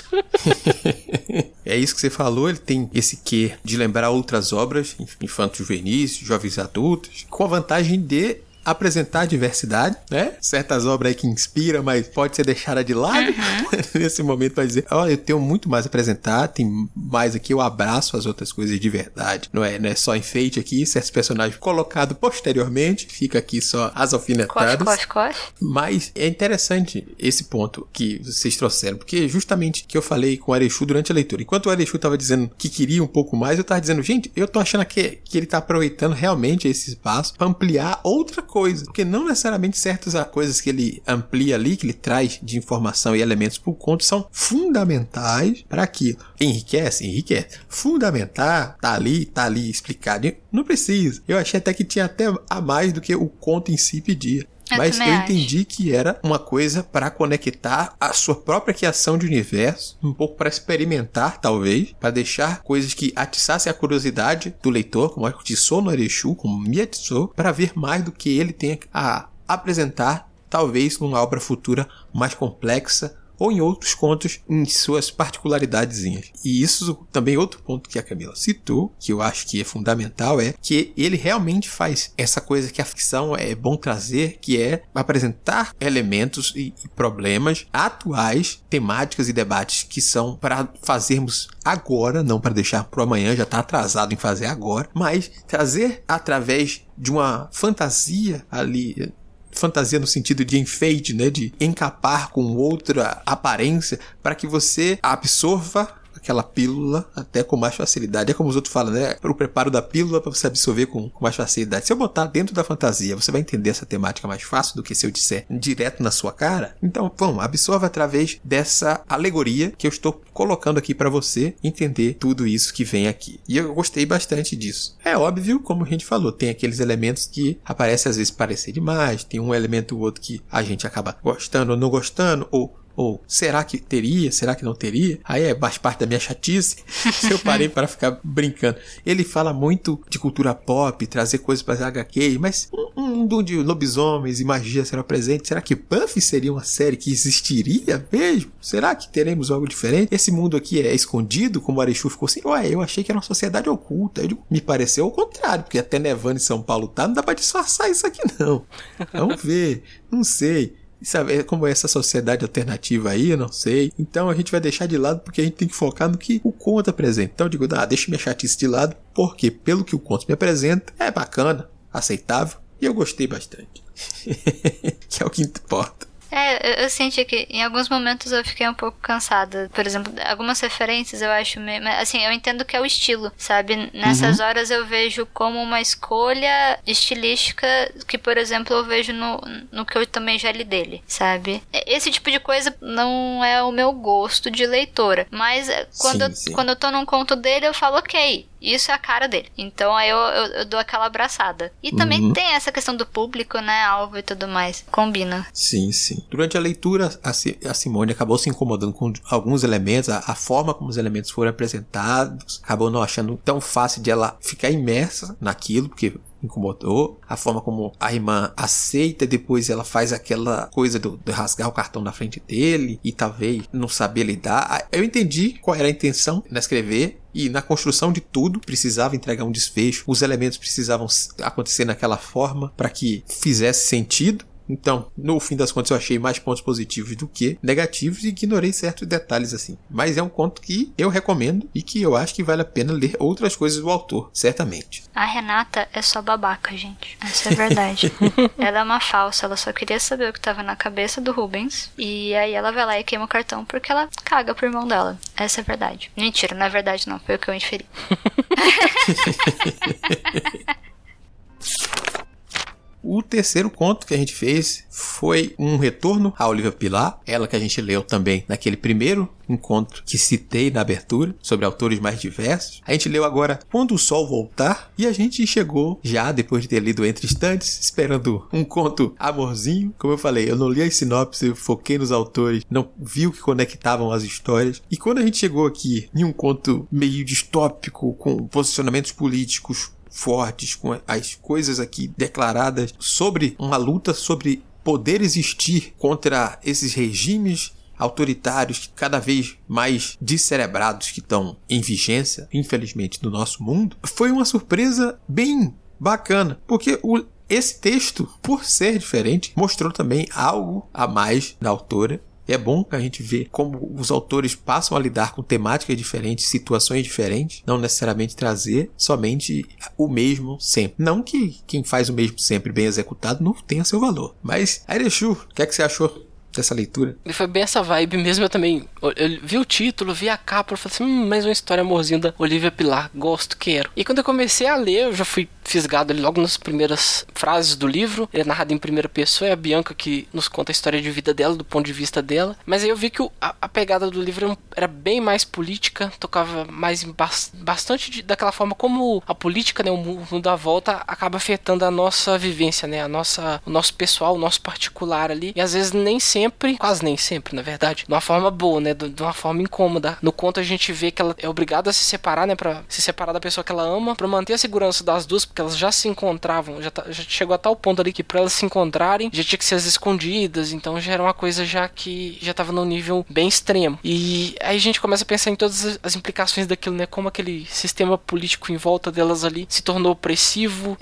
É isso que você falou, ele tem esse quê de lembrar outras obras, infantos juvenis, jovens adultos, com a vantagem de apresentar diversidade, né? Certas obras aí que inspiram, mas pode ser deixada de lado nesse momento para dizer, eu tenho muito mais a apresentar, tem mais aqui, eu abraço as outras coisas de verdade. Não é só enfeite aqui, certos personagens colocados posteriormente, fica aqui só as alfinetadas. Cof. Mas é interessante esse ponto que vocês trouxeram, porque justamente que eu falei com o Arechu durante a leitura. Enquanto o Arechu tava dizendo que queria um pouco mais, eu tava dizendo, gente, eu tô achando que ele tá aproveitando realmente esse espaço para ampliar outra coisa, porque não necessariamente certas coisas que ele amplia ali, que ele traz de informação e elementos pro conto são fundamentais para aquilo. Enriquece. Fundamentar, tá ali explicado. Não precisa. Eu achei até que tinha até a mais do que o conto em si pedia. Mas eu entendi que era uma coisa para conectar a sua própria criação de universo, um pouco para experimentar, talvez, para deixar coisas que atiçassem a curiosidade do leitor, como atiçou no Arechu, como me atiçou, para ver mais do que ele tem a apresentar, talvez numa obra futura mais complexa, ou em outros contos em suas particularidadezinhas. E isso também outro ponto que a Camila citou, que eu acho que é fundamental, é que ele realmente faz essa coisa que a ficção é bom trazer, que é apresentar elementos e problemas atuais, temáticas e debates que são para fazermos agora, não para deixar para amanhã, já está atrasado em fazer agora, mas trazer através de uma fantasia ali, fantasia no sentido de enfeite, né, de encapar com outra aparência para que você absorva aquela pílula até com mais facilidade. É como os outros falam, né? O preparo da pílula para você absorver com mais facilidade. Se eu botar dentro da fantasia, você vai entender essa temática mais fácil do que se eu disser direto na sua cara. Então, absorva através dessa alegoria que eu estou colocando aqui para você entender tudo isso que vem aqui. E eu gostei bastante disso. É óbvio, como a gente falou, tem aqueles elementos que aparecem às vezes parecer demais, tem um elemento ou outro que a gente acaba gostando ou não gostando, ou Ou será que teria? Será que não teria? Aí é mais parte da minha chatice. Eu parei para ficar brincando. Ele fala muito de cultura pop, trazer coisas para as HQs, mas um mundo de lobisomens e magia será presente. Será que Buffy seria uma série que existiria mesmo? Será que teremos algo diferente? Esse mundo aqui é escondido, como o Arechu ficou assim? Ué, eu achei que era uma sociedade oculta. Me pareceu ao contrário, porque até nevando em São Paulo tá, não dá pra disfarçar isso aqui não. Vamos ver, não sei. Sabe, como é essa sociedade alternativa aí, eu não sei. Então a gente vai deixar de lado porque a gente tem que focar no que o conto apresenta. Então eu digo, deixa minha chatice de lado, porque pelo que o conto me apresenta, é bacana, aceitável, e eu gostei bastante. Que é o que importa. Eu senti que em alguns momentos eu fiquei um pouco cansada. Por exemplo, algumas referências eu acho meio... Assim, eu entendo que é o estilo, sabe? Nessas horas eu vejo como uma escolha estilística que, por exemplo, eu vejo no que eu também já li dele, sabe? Esse tipo de coisa não é o meu gosto de leitora. Mas quando eu tô num conto dele, eu falo, ok, isso é a cara dele. Então aí eu dou aquela abraçada. E também tem essa questão do público, né? Alvo e tudo mais. Combina. Sim, sim. Durante a leitura, a Simone acabou se incomodando com alguns elementos, a forma como os elementos foram apresentados. Acabou não achando tão fácil de ela ficar imersa naquilo, porque incomodou. A forma como a irmã aceita, depois ela faz aquela coisa de rasgar o cartão na frente dele e talvez não saber lidar. Eu entendi qual era a intenção na escrever. E na construção de tudo, precisava entregar um desfecho. Os elementos precisavam acontecer naquela forma para que fizesse sentido. Então, no fim das contas, eu achei mais pontos positivos do que negativos e ignorei certos detalhes assim. Mas é um conto que eu recomendo e que eu acho que vale a pena ler outras coisas do autor, certamente. A Renata é só babaca, gente. Essa é a verdade. Ela é uma falsa, ela só queria saber o que estava na cabeça do Rubens. E aí ela vai lá e queima o cartão porque ela caga pro irmão dela. Essa é a verdade. Mentira, não é verdade não, foi o que eu inferi. O terceiro conto que a gente fez foi um retorno a Olivia Pilar, ela que a gente leu também naquele primeiro encontro que citei na abertura, sobre autores mais diversos. A gente leu agora Quando o Sol Voltar, e a gente chegou já, depois de ter lido Entre Estantes, esperando um conto amorzinho. Como eu falei, eu não li as sinopses, eu foquei nos autores, não vi o que conectavam as histórias. E quando a gente chegou aqui em um conto meio distópico, com posicionamentos políticos fortes, com as coisas aqui declaradas sobre uma luta sobre poder existir contra esses regimes autoritários cada vez mais descerebrados que estão em vigência, infelizmente, no nosso mundo, foi uma surpresa bem bacana, porque esse texto, por ser diferente, mostrou também algo a mais da autora. É bom a gente ver como os autores passam a lidar com temáticas diferentes, situações diferentes, não necessariamente trazer somente o mesmo sempre. Não que quem faz o mesmo sempre bem executado não tenha seu valor. Mas, Arechu, o que é que você achou dessa leitura? Foi bem essa vibe mesmo. Eu também vi o título, vi a capa, eu falei assim, mais uma história amorzinha da Olivia Pilar, gosto, quero. E quando eu comecei a ler, eu já fui fisgado ali logo nas primeiras frases do livro. Ele é narrado em primeira pessoa, é a Bianca que nos conta a história de vida dela, do ponto de vista dela. Mas aí eu vi que a pegada do livro era bem mais política, tocava mais bastante daquela forma como a política, né, o mundo à volta acaba afetando a nossa vivência, né, o nosso pessoal, o nosso particular ali. E às vezes quase nem sempre, na verdade, de uma forma boa, né, de uma forma incômoda. No conto a gente vê que ela é obrigada a se separar, né, pra se separar da pessoa que ela ama, pra manter a segurança das duas, porque elas já se encontravam, já chegou a tal ponto ali que pra elas se encontrarem, já tinha que ser as escondidas, então já era uma coisa já que já tava num nível bem extremo. E aí a gente começa a pensar em todas as implicações daquilo, né, como aquele sistema político em volta delas ali se tornou opressivo,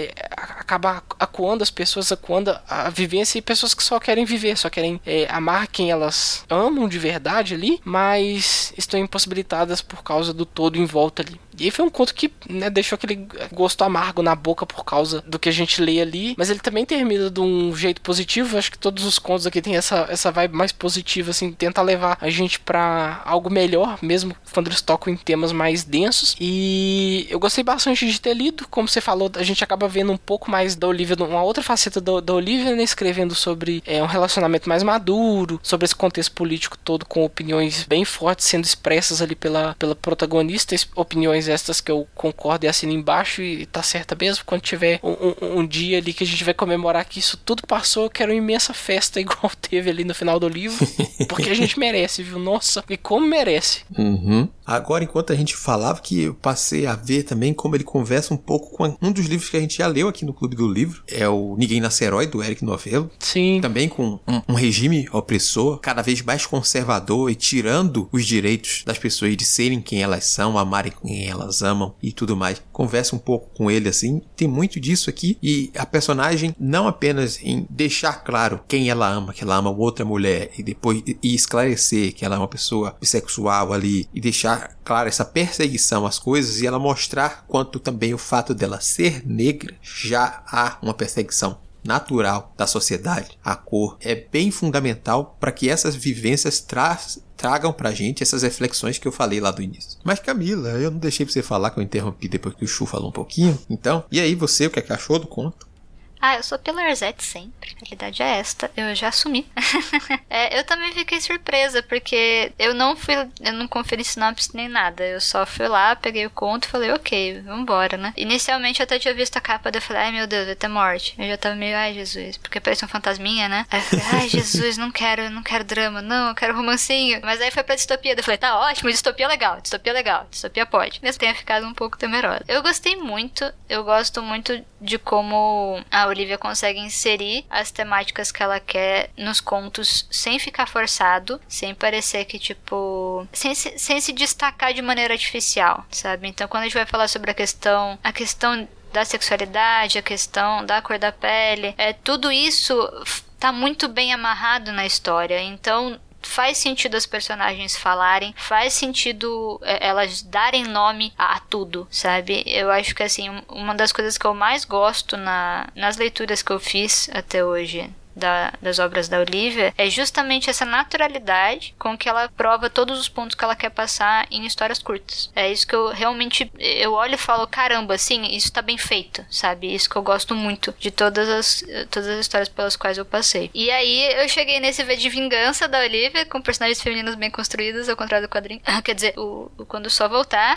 acaba acuando as pessoas, acuando a vivência, e pessoas que só querem viver, só querem amar quem elas amam de verdade ali, mas estão impossibilitadas por causa do todo em volta ali. E foi um conto que, né, deixou aquele gosto amargo na boca por causa do que a gente lê ali, mas ele também termina de um jeito positivo. Acho que todos os contos aqui tem essa vibe mais positiva, assim, tenta levar a gente pra algo melhor, mesmo quando eles tocam em temas mais densos. E eu gostei bastante de ter lido, como você falou, a gente acaba vendo um pouco mais da Olivia, uma outra faceta da Olivia, né, escrevendo sobre um relacionamento mais maduro, sobre esse contexto político todo, com opiniões bem fortes sendo expressas ali pela protagonista, opiniões estas que eu concordo e assino embaixo, e tá certa mesmo. Quando tiver um dia ali que a gente vai comemorar que isso tudo passou, eu quero uma imensa festa igual teve ali no final do livro, porque a gente merece, viu? Nossa, e como merece. Agora, enquanto a gente falava, que eu passei a ver também como ele conversa um pouco com um dos livros que a gente já leu aqui no Clube do Livro, é o Ninguém Nasce Herói, do Eric Novello. Sim. Também com um regime opressor, cada vez mais conservador e tirando os direitos das pessoas de serem quem elas são, amarem quem elas amam e tudo mais. Conversa um pouco com ele assim, tem muito disso aqui, e a personagem não apenas em deixar claro quem ela ama, que ela ama outra mulher, e depois esclarecer que ela é uma pessoa bissexual ali, e deixar claro essa perseguição às coisas, e ela mostrar quanto também o fato dela ser negra já há uma perseguição natural da sociedade. A cor é bem fundamental para que essas vivências tragam pra gente essas reflexões que eu falei lá do início. Mas Camila, eu não deixei pra você falar, que eu interrompi depois que o Chu falou um pouquinho. Então, e aí você, o que é que achou do conto? Eu sou Pilarzete sempre. A realidade é esta. Eu já assumi. Eu também fiquei surpresa, porque eu não conferi sinopse nem nada. Eu só fui lá, peguei o conto e falei, ok, vambora, né? Inicialmente eu até tinha visto a capa, daí eu falei, ai meu Deus, vai ter morte. Eu já tava meio, ai Jesus, porque parece um fantasminha, né? Aí eu falei, ai Jesus, não quero drama, não, eu quero romancinho. Mas aí foi pra distopia, daí eu falei, tá ótimo, distopia legal, distopia pode. Mesmo tenha ficado um pouco temerosa. Eu gostei muito, eu gosto muito de como a Olivia consegue inserir as temáticas que ela quer nos contos sem ficar forçado, sem parecer que, tipo, sem se destacar de maneira artificial, sabe? Então, quando a gente vai falar sobre a questão da sexualidade, a questão da cor da pele, tudo isso tá muito bem amarrado na história. Então, faz sentido as personagens falarem, faz sentido elas darem nome a tudo, sabe? Eu acho que, assim, uma das coisas que eu mais gosto nas leituras que eu fiz até hoje das obras da Olivia é justamente essa naturalidade com que ela prova todos os pontos que ela quer passar em histórias curtas. É isso que eu realmente olho e falo, caramba, sim, isso tá bem feito, sabe? Isso que eu gosto muito de todas as histórias pelas quais eu passei. E aí eu cheguei nesse V de Vingança da Olivia, com personagens femininos bem construídos, ao contrário do quadrinho. Quer dizer, quando o sol voltar.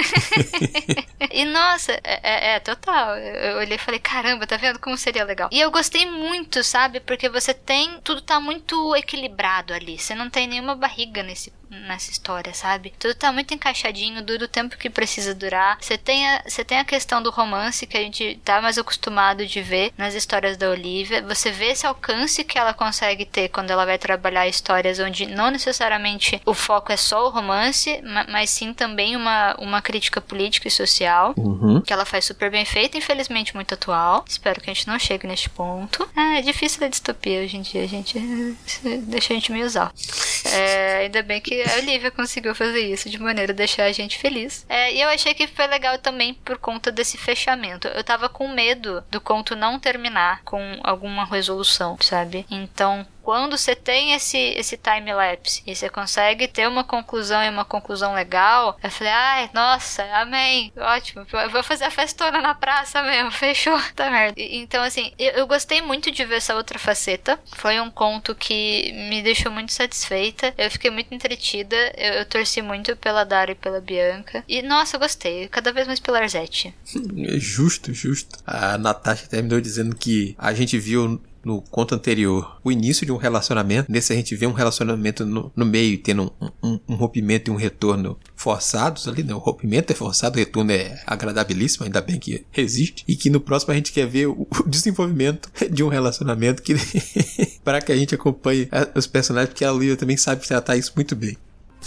E nossa, total. Eu olhei e falei, caramba, tá vendo como seria legal? E eu gostei muito, sabe? Porque tudo tá muito equilibrado ali. Você não tem nenhuma barriga nessa história, sabe? Tudo tá muito encaixadinho, dura o tempo que precisa durar. Você tem a questão do romance que a gente tá mais acostumado de ver nas histórias da Olivia. Você vê esse alcance que ela consegue ter quando ela vai trabalhar histórias onde não necessariamente o foco é só o romance, mas sim também uma crítica política e social, que ela faz super bem feita, infelizmente muito atual. Espero que a gente não chegue neste ponto. É difícil a distopia hoje em dia, deixa a gente meio exausto. Ainda bem que a Olivia conseguiu fazer isso de maneira a deixar a gente feliz. E eu achei que foi legal também por conta desse fechamento. Eu tava com medo do conto não terminar com alguma resolução, sabe? Então, quando você tem esse time-lapse e você consegue ter uma conclusão e uma conclusão legal, eu falei, ai, nossa, amém, ótimo, eu vou fazer a festona na praça mesmo, fechou, tá merda. Então, assim, eu gostei muito de ver essa outra faceta, foi um conto que me deixou muito satisfeita, eu fiquei muito entretida, eu torci muito pela Dara e pela Bianca, e nossa, eu gostei, cada vez mais pela Arzete. Justo. A Natasha terminou dizendo que a gente viu no conto anterior o início de um relacionamento. Nesse a gente vê um relacionamento no meio, tendo um rompimento e um retorno forçados ali, né? O rompimento é forçado, o retorno é agradabilíssimo, ainda bem que resiste. E que no próximo a gente quer ver o desenvolvimento de um relacionamento que para que a gente acompanhe os personagens, porque a Olivia também sabe tratar isso muito bem.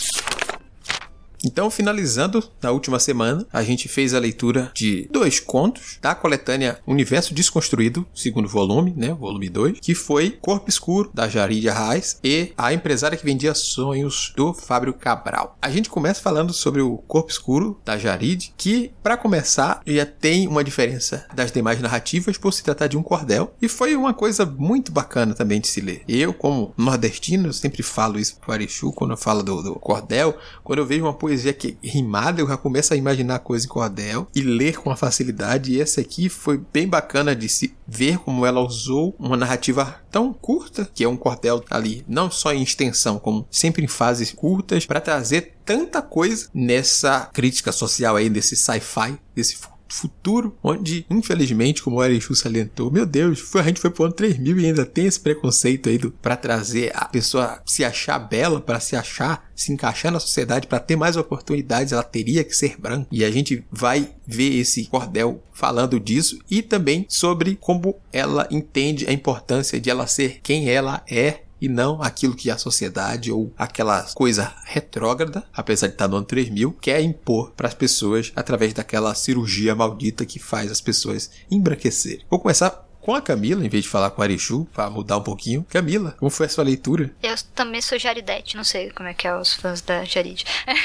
Então, finalizando, na última semana, a gente fez a leitura de 2 contos da coletânea Universo Desconstruído, segundo volume, né, volume 2, que foi Corpo Escuro, da Jarid Arraes, e A Empresária que Vendia Sonhos, do Fábio Cabral. A gente começa falando sobre o Corpo Escuro, da Jarid, que, para começar, já tem uma diferença das demais narrativas por se tratar de um cordel, e foi uma coisa muito bacana também de se ler. Eu, como nordestino, eu sempre falo isso pro Arichu, quando eu falo do cordel, quando eu vejo uma poesia poesia que rimada, eu já começo a imaginar a coisa em cordel e ler com a facilidade. E essa aqui foi bem bacana de se ver como ela usou uma narrativa tão curta, que é um cordel ali, não só em extensão, como sempre em fases curtas, para trazer tanta coisa nessa crítica social aí, desse sci-fi, desse futuro, onde, infelizmente, como o Erichu salientou, meu Deus, a gente foi pro ano 3000 e ainda tem esse preconceito aí pra trazer a pessoa se achar bela, pra se encaixar na sociedade, pra ter mais oportunidades, ela teria que ser branca. E a gente vai ver esse cordel falando disso e também sobre como ela entende a importância de ela ser quem ela é, e não aquilo que a sociedade ou aquela coisa retrógrada, apesar de estar no ano 3000, quer impor para as pessoas através daquela cirurgia maldita que faz as pessoas embranquecerem. Vou começar com a Camila, em vez de falar com a Erichu, para mudar um pouquinho. Camila, como foi a sua leitura? Eu também sou Jaridete, não sei como é que é os fãs da Jarid.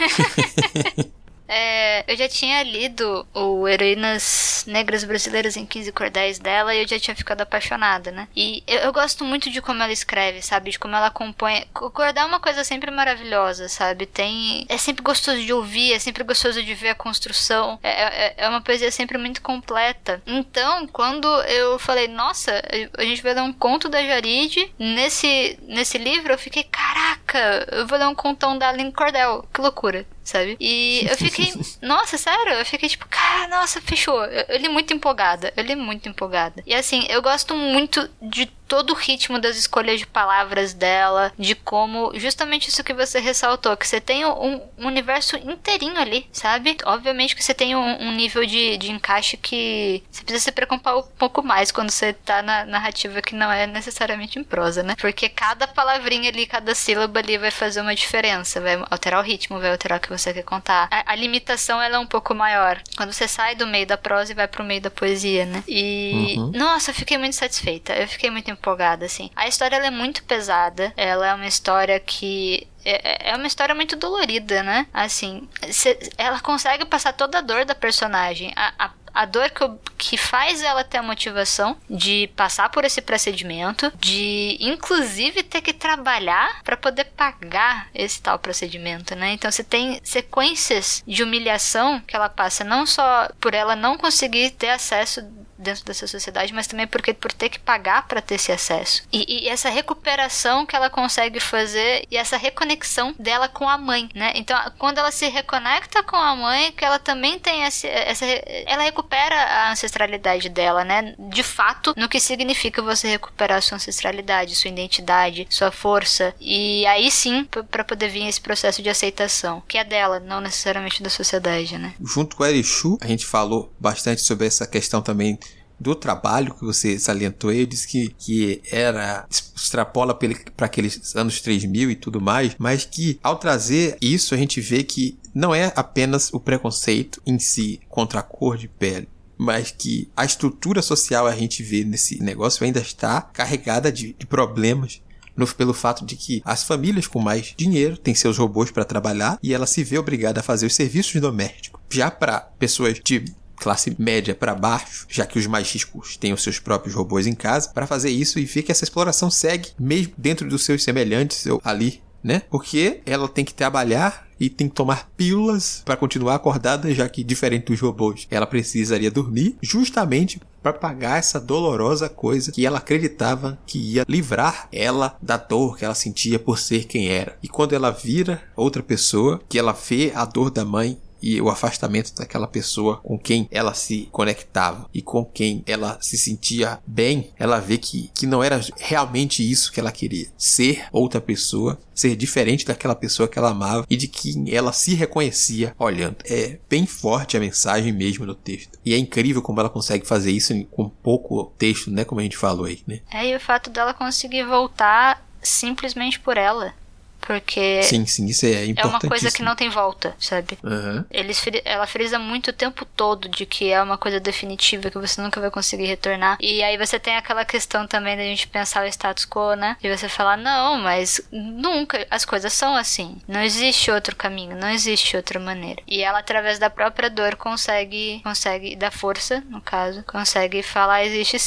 Eu já tinha lido o Heroínas Negras Brasileiras em 15 Cordéis dela e eu já tinha ficado apaixonada, né? E eu gosto muito de como ela escreve, sabe? De como ela compõe. O cordel é uma coisa sempre maravilhosa, sabe? É sempre gostoso de ouvir, é sempre gostoso de ver a construção. É uma poesia sempre muito completa. Então, quando eu falei, nossa, a gente vai ler um conto da Jarid nesse livro, eu fiquei, caraca, eu vou ler um contão dela em cordel. Que loucura, sabe? E eu fiquei, nossa, sério? Eu fiquei tipo, cara, nossa, fechou. Eu li muito empolgada. E assim, eu gosto muito de todo o ritmo das escolhas de palavras dela, de como, justamente isso que você ressaltou, que você tem um universo inteirinho ali, sabe? Obviamente que você tem um nível de encaixe que você precisa se preocupar um pouco mais quando você tá na narrativa que não é necessariamente em prosa, né? Porque cada palavrinha ali, cada sílaba ali vai fazer uma diferença, vai alterar o ritmo, vai alterar o que você quer contar. A limitação, ela é um pouco maior quando você sai do meio da prosa e vai pro meio da poesia, né? E, nossa, eu fiquei muito satisfeita, eu fiquei muito empolgada, assim. A história, ela é muito pesada, ela é uma história que é uma história muito dolorida, né? Assim, ela consegue passar toda a dor da personagem, a dor que faz ela ter a motivação de passar por esse procedimento, de inclusive ter que trabalhar para poder pagar esse tal procedimento, né? Então você tem sequências de humilhação que ela passa, não só por ela não conseguir ter acesso dentro dessa sociedade, mas também por ter que pagar para ter esse acesso. E essa recuperação que ela consegue fazer e essa reconexão dela com a mãe, né? Então, quando ela se reconecta com a mãe, que ela também tem ela recupera a ancestralidade dela, né? De fato, no que significa você recuperar sua ancestralidade, sua identidade, sua força. E aí sim, para poder vir esse processo de aceitação, que é dela, não necessariamente da sociedade, né? Junto com a Erichu, a gente falou bastante sobre essa questão também do trabalho que você salientou aí, disse que extrapola para aqueles anos 3000 e tudo mais, mas que ao trazer isso a gente vê que não é apenas o preconceito em si contra a cor de pele, mas que a estrutura social a gente vê nesse negócio ainda está carregada de problemas, pelo fato de que as famílias com mais dinheiro têm seus robôs para trabalhar e ela se vê obrigada a fazer os serviços domésticos. Já para pessoas de classe média para baixo, já que os mais ricos têm os seus próprios robôs em casa, para fazer isso e ver que essa exploração segue mesmo dentro dos seus semelhantes ali, né? Porque ela tem que trabalhar e tem que tomar pílulas para continuar acordada, já que, diferente dos robôs, ela precisaria dormir justamente para pagar essa dolorosa coisa que ela acreditava que ia livrar ela da dor que ela sentia por ser quem era. E quando ela vira outra pessoa, que ela vê a dor da mãe e o afastamento daquela pessoa com quem ela se conectava e com quem ela se sentia bem, ela vê que não era realmente isso que ela queria. Ser outra pessoa, ser diferente daquela pessoa que ela amava e de que ela se reconhecia olhando. É bem forte a mensagem mesmo no texto. E é incrível como ela consegue fazer isso com pouco texto, né? Como a gente falou aí, né? E o fato dela conseguir voltar simplesmente por ela. Porque sim, isso é importantíssimo. É uma coisa que não tem volta, sabe? Ela frisa muito o tempo todo de que é uma coisa definitiva, que você nunca vai conseguir retornar. E aí você tem aquela questão também da gente pensar o status quo, né? De você falar, não, mas nunca, as coisas são assim. Não existe outro caminho, não existe outra maneira. E ela, através da própria dor, consegue da força, no caso, consegue falar, existe sim.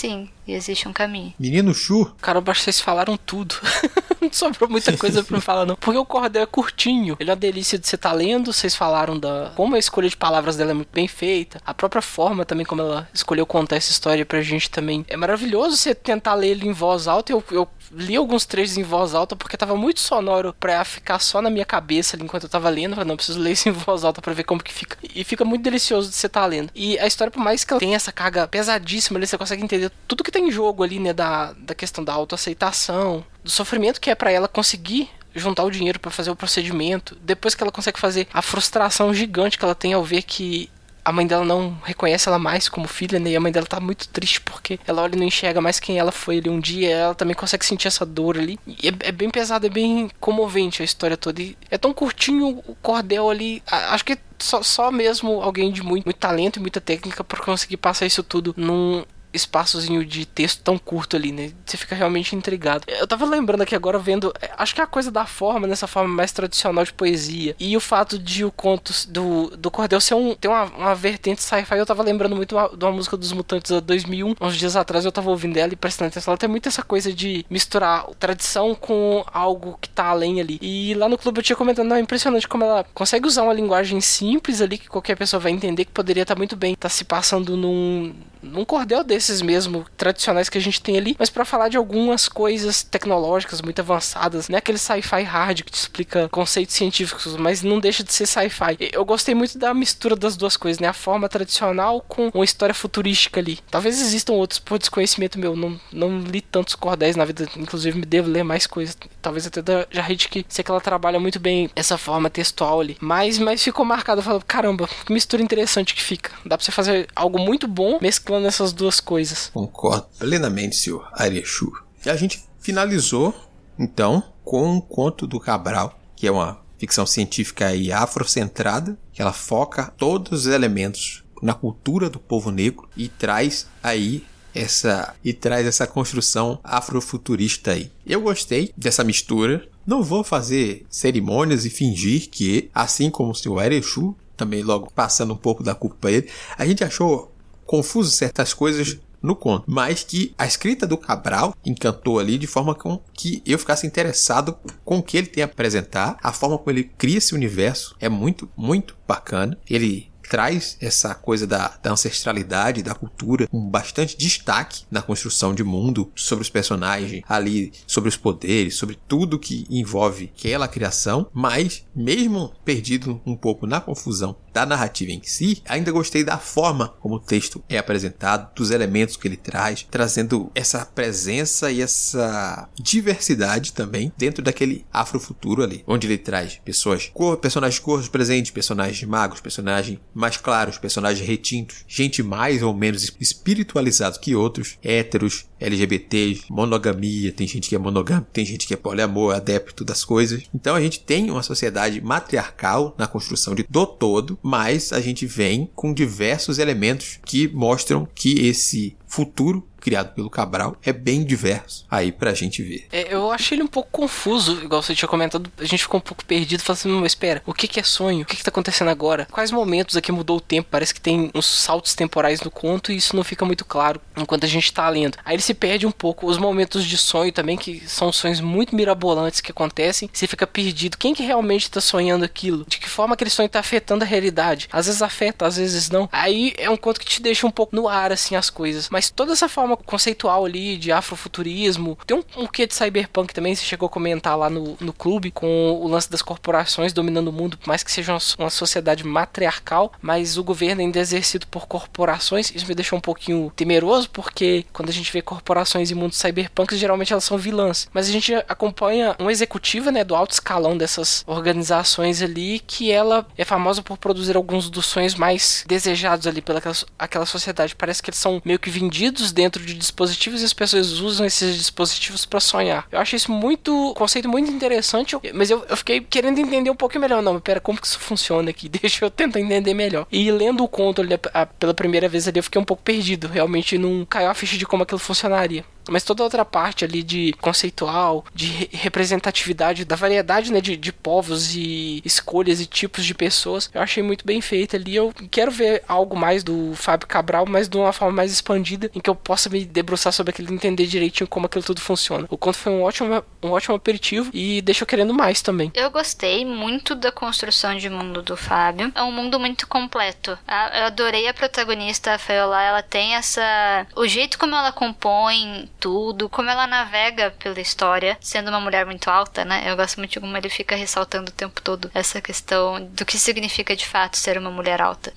e existe um caminho. Menino Shu. Caramba, acho que vocês falaram tudo. Não sobrou muita coisa pra me falar, não. Porque o cordel é curtinho. Ele é uma delícia de você estar lendo. Vocês falaram da... como a escolha de palavras dela é muito bem feita. A própria forma também, como ela escolheu contar essa história pra gente também. É maravilhoso você tentar ler ele em voz alta. Eu li alguns trechos em voz alta porque tava muito sonoro pra ficar só na minha cabeça ali enquanto eu tava lendo. Eu falei, não, preciso ler isso em voz alta pra ver como que fica. E fica muito delicioso de você estar lendo. E a história, por mais que ela tenha essa carga pesadíssima ali, você consegue entender tudo que tem em jogo ali, né? Da questão da autoaceitação, do sofrimento que é pra ela conseguir juntar o dinheiro pra fazer o procedimento. Depois que ela consegue fazer, a frustração gigante que ela tem ao ver que a mãe dela não reconhece ela mais como filha, né? E a mãe dela tá muito triste porque ela olha e não enxerga mais quem ela foi ali um dia. Ela também consegue sentir essa dor ali. E é bem pesado, é bem comovente a história toda. E é tão curtinho o cordel ali. Acho que só mesmo alguém de muito talento e muita técnica pra conseguir passar isso tudo num espaçozinho de texto tão curto ali, né? Você fica realmente intrigado. Eu tava lembrando aqui agora, vendo... acho que é a coisa da forma, nessa forma mais tradicional de poesia. E o fato de o conto do cordel ser tem uma vertente sci-fi. Eu tava lembrando muito de uma música dos Mutantes da 2001. Uns dias atrás eu tava ouvindo ela e prestando atenção. Ela tem muito essa coisa de misturar tradição com algo que tá além ali. E lá no clube eu tinha comentado, não, é impressionante como ela consegue usar uma linguagem simples ali, que qualquer pessoa vai entender, que poderia estar muito bem se passando num cordel desses mesmo, tradicionais que a gente tem ali, mas pra falar de algumas coisas tecnológicas muito avançadas, não é aquele sci-fi hard que te explica conceitos científicos, mas não deixa de ser sci-fi. Eu gostei muito da mistura das duas coisas, né? A forma tradicional com uma história futurística ali. Talvez existam outros, por desconhecimento meu, não li tantos cordéis na vida, inclusive me devo ler mais coisas, talvez até da Jarryd, que sei que ela trabalha muito bem essa forma textual ali, mas ficou marcado, eu falo, caramba, que mistura interessante que fica. Dá pra você fazer algo muito bom mesclando essas duas coisas. Concordo plenamente, senhor Ariachu. E a gente finalizou, então, com o Conto do Cabral, que é uma ficção científica e afrocentrada, que ela foca todos os elementos na cultura do povo negro e traz aí essa construção afrofuturista aí. Eu gostei dessa mistura. Não vou fazer cerimônias e fingir que, assim como o senhor Ariachu, também logo passando um pouco da culpa para ele, a gente achou confuso certas coisas no conto, mas que a escrita do Cabral encantou ali de forma com que eu ficasse interessado com o que ele tem a apresentar. A forma como ele cria esse universo é muito, muito bacana. Ele traz essa coisa da ancestralidade, da cultura, com bastante destaque na construção de mundo, sobre os personagens ali, sobre os poderes, sobre tudo que envolve aquela criação, mas mesmo perdido um pouco na confusão da narrativa em si, ainda gostei da forma como o texto é apresentado, dos elementos que ele traz, trazendo essa presença e essa diversidade também dentro daquele afrofuturo ali, onde ele traz personagens corpos presentes, personagens magos, personagens mais claros, personagens retintos, gente mais ou menos espiritualizado que outros, héteros, LGBTs, monogamia, tem gente que é monogâmico, tem gente que é poliamor, adepto das coisas. Então a gente tem uma sociedade matriarcal na construção do todo, mas a gente vem com diversos elementos que mostram que esse futuro criado pelo Cabral é bem diverso aí pra gente ver. Eu achei ele um pouco confuso, igual você tinha comentado, a gente ficou um pouco perdido, falando assim, mas espera, o que é sonho? O que tá acontecendo agora? Quais momentos aqui mudou o tempo? Parece que tem uns saltos temporais no conto e isso não fica muito claro enquanto a gente tá lendo. Aí ele se perde um pouco, os momentos de sonho também, que são sonhos muito mirabolantes que acontecem, você fica perdido. Quem que realmente tá sonhando aquilo? De que forma aquele sonho tá afetando a realidade? Às vezes afeta, às vezes não. Aí é um conto que te deixa um pouco no ar, assim, as coisas. Mas toda essa forma conceitual ali de afrofuturismo, tem um quê de cyberpunk também, você chegou a comentar lá no clube, com o lance das corporações dominando o mundo, por mais que seja uma sociedade matriarcal, mas o governo ainda é exercido por corporações. Isso me deixou um pouquinho temeroso, porque quando a gente vê corporações em mundos cyberpunks, geralmente elas são vilãs, mas a gente acompanha uma executiva, né, do alto escalão dessas organizações ali, que ela é famosa por produzir alguns dos sonhos mais desejados ali pelaquela sociedade. Parece que eles são meio que vendidos dentro de dispositivos e as pessoas usam esses dispositivos pra sonhar. Eu achei isso conceito muito interessante, mas eu fiquei querendo entender um pouquinho melhor. Não, pera, como que isso funciona aqui? Deixa eu tentar entender melhor. E lendo o conto ali, pela primeira vez ali, eu fiquei um pouco perdido. Realmente não caiu a ficha de como aquilo funcionava. funcionaria. Mas toda a outra parte ali de conceitual, de representatividade, da variedade, né, de povos e escolhas e tipos de pessoas, eu achei muito bem feita ali. Eu quero ver algo mais do Fábio Cabral, mas de uma forma mais expandida, em que eu possa me debruçar sobre aquilo e entender direitinho como aquilo tudo funciona. O conto foi um ótimo aperitivo e deixou querendo mais também. Eu gostei muito da construção de mundo do Fábio. É um mundo muito completo. Eu adorei a protagonista, a Faiola. Ela tem o jeito como ela compõe tudo, como ela navega pela história, sendo uma mulher muito alta, né? Eu gosto muito de como ele fica ressaltando o tempo todo essa questão do que significa de fato ser uma mulher alta.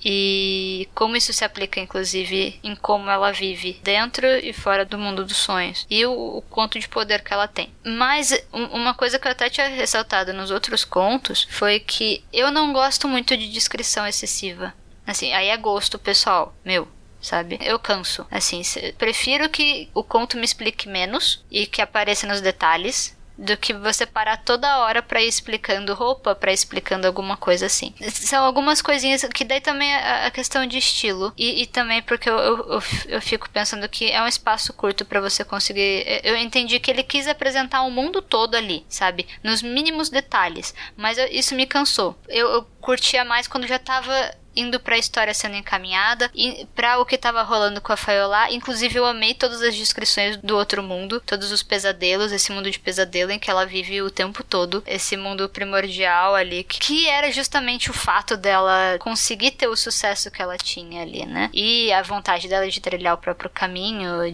E como isso se aplica, inclusive, em como ela vive dentro e fora do mundo dos sonhos. E o quanto de poder que ela tem. Mas uma coisa que eu até tinha ressaltado nos outros contos foi que eu não gosto muito de descrição excessiva. Assim, aí é gosto pessoal, meu. Sabe? Eu canso. Assim, prefiro que o conto me explique menos e que apareça nos detalhes do que você parar toda hora pra ir explicando roupa, pra ir explicando alguma coisa assim. São algumas coisinhas que daí também a questão de estilo e também porque eu fico pensando que é um espaço curto pra você conseguir. Eu entendi que ele quis apresentar o mundo todo ali, sabe? Nos mínimos detalhes, mas isso me cansou. Eu curtia mais quando já tava indo pra história sendo encaminhada e pra o que tava rolando com a Faiola. Inclusive eu amei todas as descrições do outro mundo, todos os pesadelos, esse mundo de pesadelo em que ela vive o tempo todo, esse mundo primordial ali, que era justamente o fato dela conseguir ter o sucesso que ela tinha ali, né? E a vontade dela de trilhar o próprio caminho,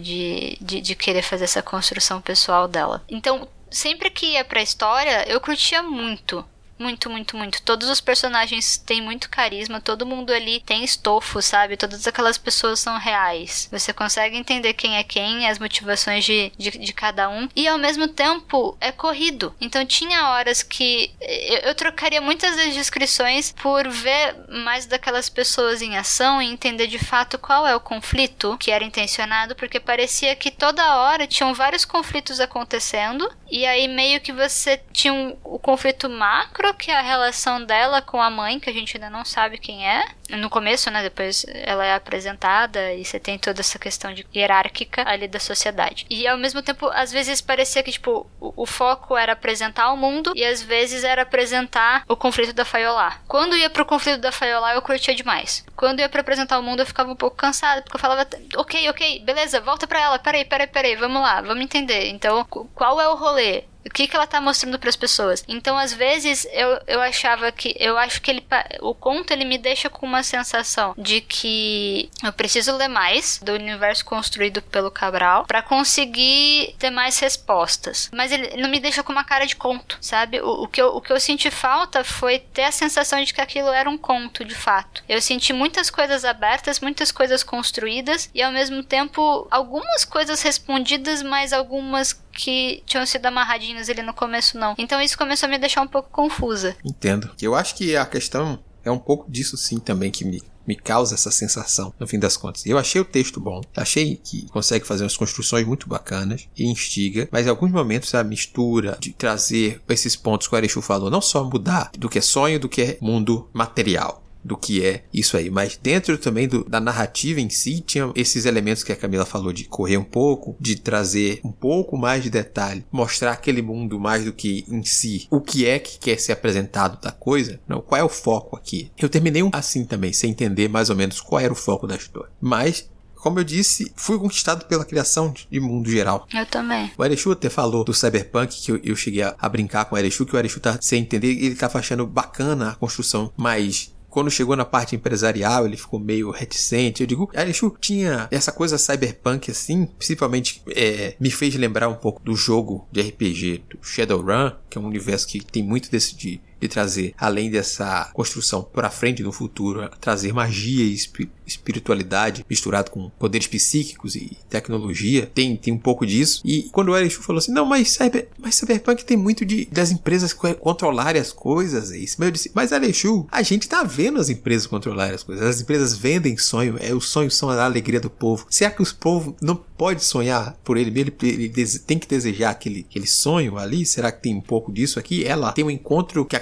de querer fazer essa construção pessoal dela. Então, sempre que ia pra história, eu curtia muito. Muito, muito, muito. Todos os personagens têm muito carisma, todo mundo ali tem estofo, sabe? Todas aquelas pessoas são reais. Você consegue entender quem é quem, as motivações de cada um. E ao mesmo tempo é corrido. Então tinha horas que eu trocaria muitas das descrições por ver mais daquelas pessoas em ação e entender de fato qual é o conflito que era intencionado, porque parecia que toda hora tinham vários conflitos acontecendo e aí meio que você tinha o conflito macro, que é a relação dela com a mãe, que a gente ainda não sabe quem é. No começo, né? Depois ela é apresentada e você tem toda essa questão de hierárquica ali da sociedade. E ao mesmo tempo, às vezes parecia que, tipo, o foco era apresentar o mundo e às vezes era apresentar o conflito da Faiola. Quando ia pro conflito da Faiola, eu curtia demais. Quando ia pra apresentar o mundo, eu ficava um pouco cansada, porque eu falava, ok, beleza, volta pra ela, peraí, vamos lá, vamos entender. Então, qual é o rolê? O que ela tá mostrando pras pessoas? Então, às vezes, eu achava que... Eu acho que o conto, ele me deixa com uma sensação de que eu preciso ler mais do universo construído pelo Cabral pra conseguir ter mais respostas. Mas ele não me deixa com uma cara de conto, sabe? O que eu senti falta foi ter a sensação de que aquilo era um conto, de fato. Eu senti muitas coisas abertas, muitas coisas construídas e, ao mesmo tempo, algumas coisas respondidas, mas algumas que tinham sido amarradinhos ali no começo não. Então isso começou a me deixar um pouco confusa. Entendo. Eu acho que a questão é um pouco disso sim também que me causa essa sensação, no fim das contas. Eu achei o texto bom, achei que consegue fazer umas construções muito bacanas e instiga, mas em alguns momentos a mistura de trazer esses pontos que o Erechú falou, não só mudar do que é sonho, do que é mundo material, do que é isso aí, mas dentro também da narrativa em si tinha esses elementos que a Camila falou de correr um pouco, de trazer um pouco mais de detalhe, mostrar aquele mundo mais do que em si, o que é que quer ser apresentado da coisa, não, qual é o foco aqui. Eu terminei assim também, sem entender mais ou menos qual era o foco da história, mas como eu disse, fui conquistado pela criação de mundo geral. Eu também. O Erechú até falou do Cyberpunk, que eu cheguei a brincar com o Erechú, que o Erechú tá sem entender, ele tava achando bacana a construção, mas quando chegou na parte empresarial, ele ficou meio reticente. Eu digo, Erechú tinha essa coisa cyberpunk assim, principalmente me fez lembrar um pouco do jogo de RPG do Shadowrun, que é um universo que tem muito desse de trazer, além dessa construção para frente no futuro, trazer magia e espiritualidade misturado com poderes psíquicos e tecnologia, tem um pouco disso. E quando o Erechú falou assim, não, mas Cyberpunk tem muito das empresas controlarem as coisas, é isso. Mas eu disse, mas Erechú, a gente tá vendo as empresas controlarem as coisas, as empresas vendem sonho, os sonhos são a alegria do povo. Será que o povo não pode sonhar por ele mesmo? Ele tem que desejar aquele sonho ali? Será que tem um pouco disso aqui? Ela tem um encontro que acaba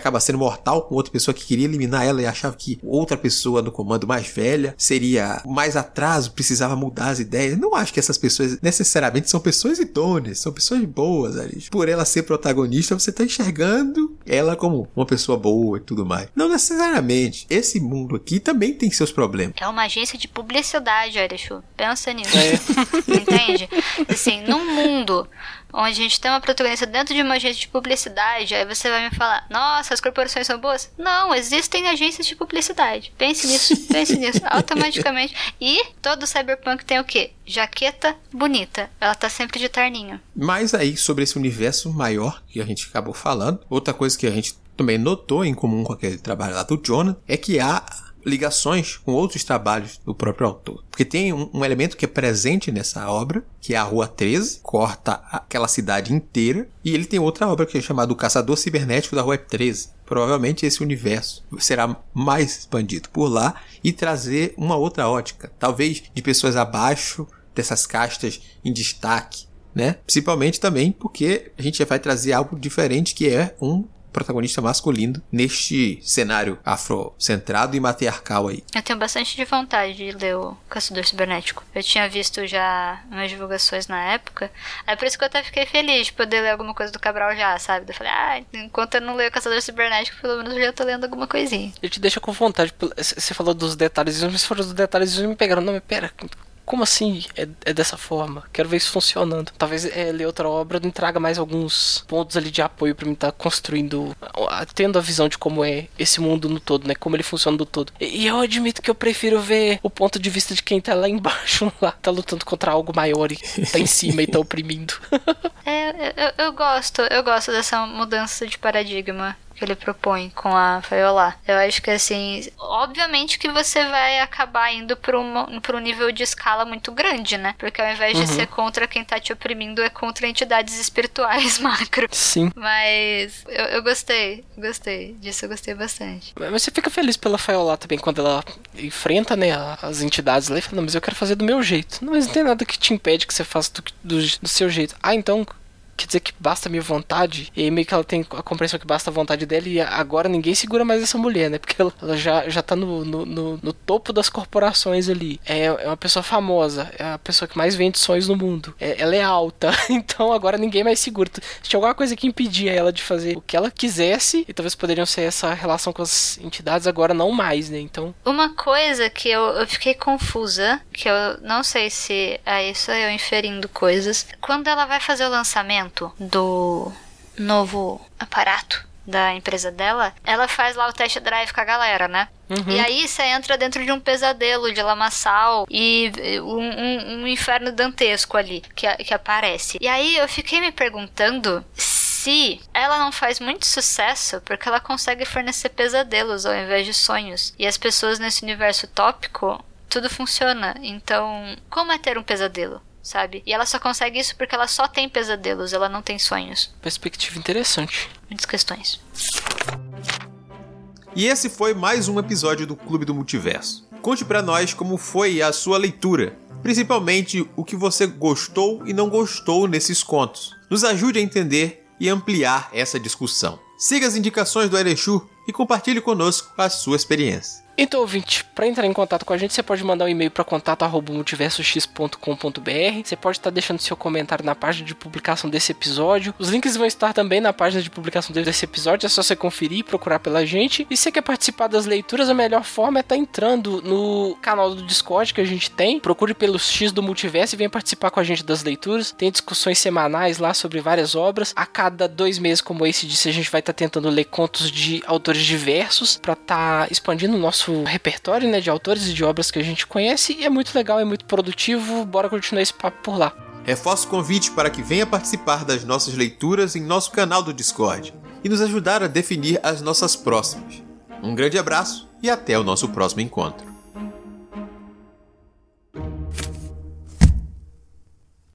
acaba sendo mortal com outra pessoa que queria eliminar ela e achava que outra pessoa no comando mais velha seria mais atraso, precisava mudar as ideias. Não acho que essas pessoas necessariamente são pessoas idôneas, são pessoas boas ali. Por ela ser protagonista, você tá enxergando ela como uma pessoa boa e tudo mais. Não necessariamente. Esse mundo aqui também tem seus problemas. É uma agência de publicidade, Arechu. Pensa nisso. Entende? Assim, num mundo onde a gente tem uma protagonista dentro de uma agência de publicidade, aí você vai me falar, nossa, as corporações são boas? Não, existem agências de publicidade. Pense nisso, automaticamente. E todo cyberpunk tem o quê? Jaqueta bonita. Ela tá sempre de terninho. Mas aí, sobre esse universo maior que a gente acabou falando, outra coisa que a gente também notou em comum com aquele trabalho lá do Jonah, é que há ligações com outros trabalhos do próprio autor. Porque tem um elemento que é presente nessa obra, que é a Rua 13, corta aquela cidade inteira, e ele tem outra obra que é chamada O Caçador Cibernético da Rua 13. Provavelmente esse universo será mais expandido por lá e trazer uma outra ótica, talvez de pessoas abaixo dessas castas em destaque, né? Principalmente também porque a gente vai trazer algo diferente, que é um protagonista masculino neste cenário afrocentrado e matriarcal aí. Eu tenho bastante de vontade de ler o Caçador Cibernético. Eu tinha visto já umas divulgações na época, aí por isso que eu até fiquei feliz de poder ler alguma coisa do Cabral já, sabe? Eu falei, enquanto eu não leio o Caçador Cibernético, pelo menos eu já tô lendo alguma coisinha. Ele te deixa com vontade. Você falou dos detalhes, mas foram os detalhes e me pegaram. Não, mas pera, como assim é dessa forma? Quero ver isso funcionando. Talvez ler outra obra não traga mais alguns pontos ali de apoio pra mim estar construindo, tendo a visão de como é esse mundo no todo, né? Como ele funciona no todo. E eu admito que eu prefiro ver o ponto de vista de quem tá lá embaixo, lá, tá lutando contra algo maior e tá em cima e tá oprimindo. Eu gosto dessa mudança de paradigma que ele propõe com a Fayola. Eu acho que, assim, obviamente que você vai acabar indo pra um nível de escala muito grande, né? Porque ao invés de ser contra quem tá te oprimindo, é contra entidades espirituais macro. Sim. Mas eu gostei disso, eu gostei bastante. Mas você fica feliz pela Fayola também, quando ela enfrenta, né, as entidades lá e fala, não, mas eu quero fazer do meu jeito. Não, mas não tem nada que te impede que você faça do seu jeito. Então quer dizer que basta a minha vontade, e aí meio que ela tem a compreensão que basta a vontade dela, e agora ninguém segura mais essa mulher, né, porque ela já tá no topo das corporações ali, é uma pessoa famosa, é a pessoa que mais vende sonhos no mundo, ela é alta, então agora ninguém mais segura. Se tinha alguma coisa que impedia ela de fazer o que ela quisesse, e talvez poderiam ser essa relação com as entidades, agora não mais, né, então... Uma coisa que eu fiquei confusa, que eu não sei se é isso eu inferindo coisas, quando ela vai fazer o lançamento do novo aparato da empresa dela, ela faz lá o test drive com a galera, né? E aí você entra dentro de um pesadelo de lamaçal e um inferno dantesco ali que aparece. E aí eu fiquei me perguntando se ela não faz muito sucesso porque ela consegue fornecer pesadelos ao invés de sonhos. E as pessoas nesse universo utópico, tudo funciona. Então, como é ter um pesadelo? Sabe? E ela só consegue isso porque ela só tem pesadelos, ela não tem sonhos. Perspectiva interessante. Muitas questões. E esse foi mais um episódio do Clube do Multiverso. Conte pra nós como foi a sua leitura, principalmente o que você gostou e não gostou nesses contos. Nos ajude a entender e ampliar essa discussão. Siga as indicações do Arechu e compartilhe conosco a sua experiência. Então, ouvinte, para entrar em contato com a gente, você pode mandar um e-mail para contato@multiversox.com.br. Você pode estar deixando seu comentário na página de publicação desse episódio. Os links vão estar também na página de publicação desse episódio. É só você conferir e procurar pela gente. E se você quer participar das leituras, a melhor forma é estar entrando no canal do Discord que a gente tem. Procure pelo X do Multiverso e venha participar com a gente das leituras. Tem discussões semanais lá sobre várias obras. A cada 2 meses, como esse disse, a gente vai estar tentando ler contos de autores diversos para estar expandindo o nosso repertório, né, de autores e de obras que a gente conhece, e é muito legal, é muito produtivo. Bora continuar esse papo por lá. Reforço o convite para que venha participar das nossas leituras em nosso canal do Discord e nos ajudar a definir as nossas próximas. Um grande abraço e até o nosso próximo encontro.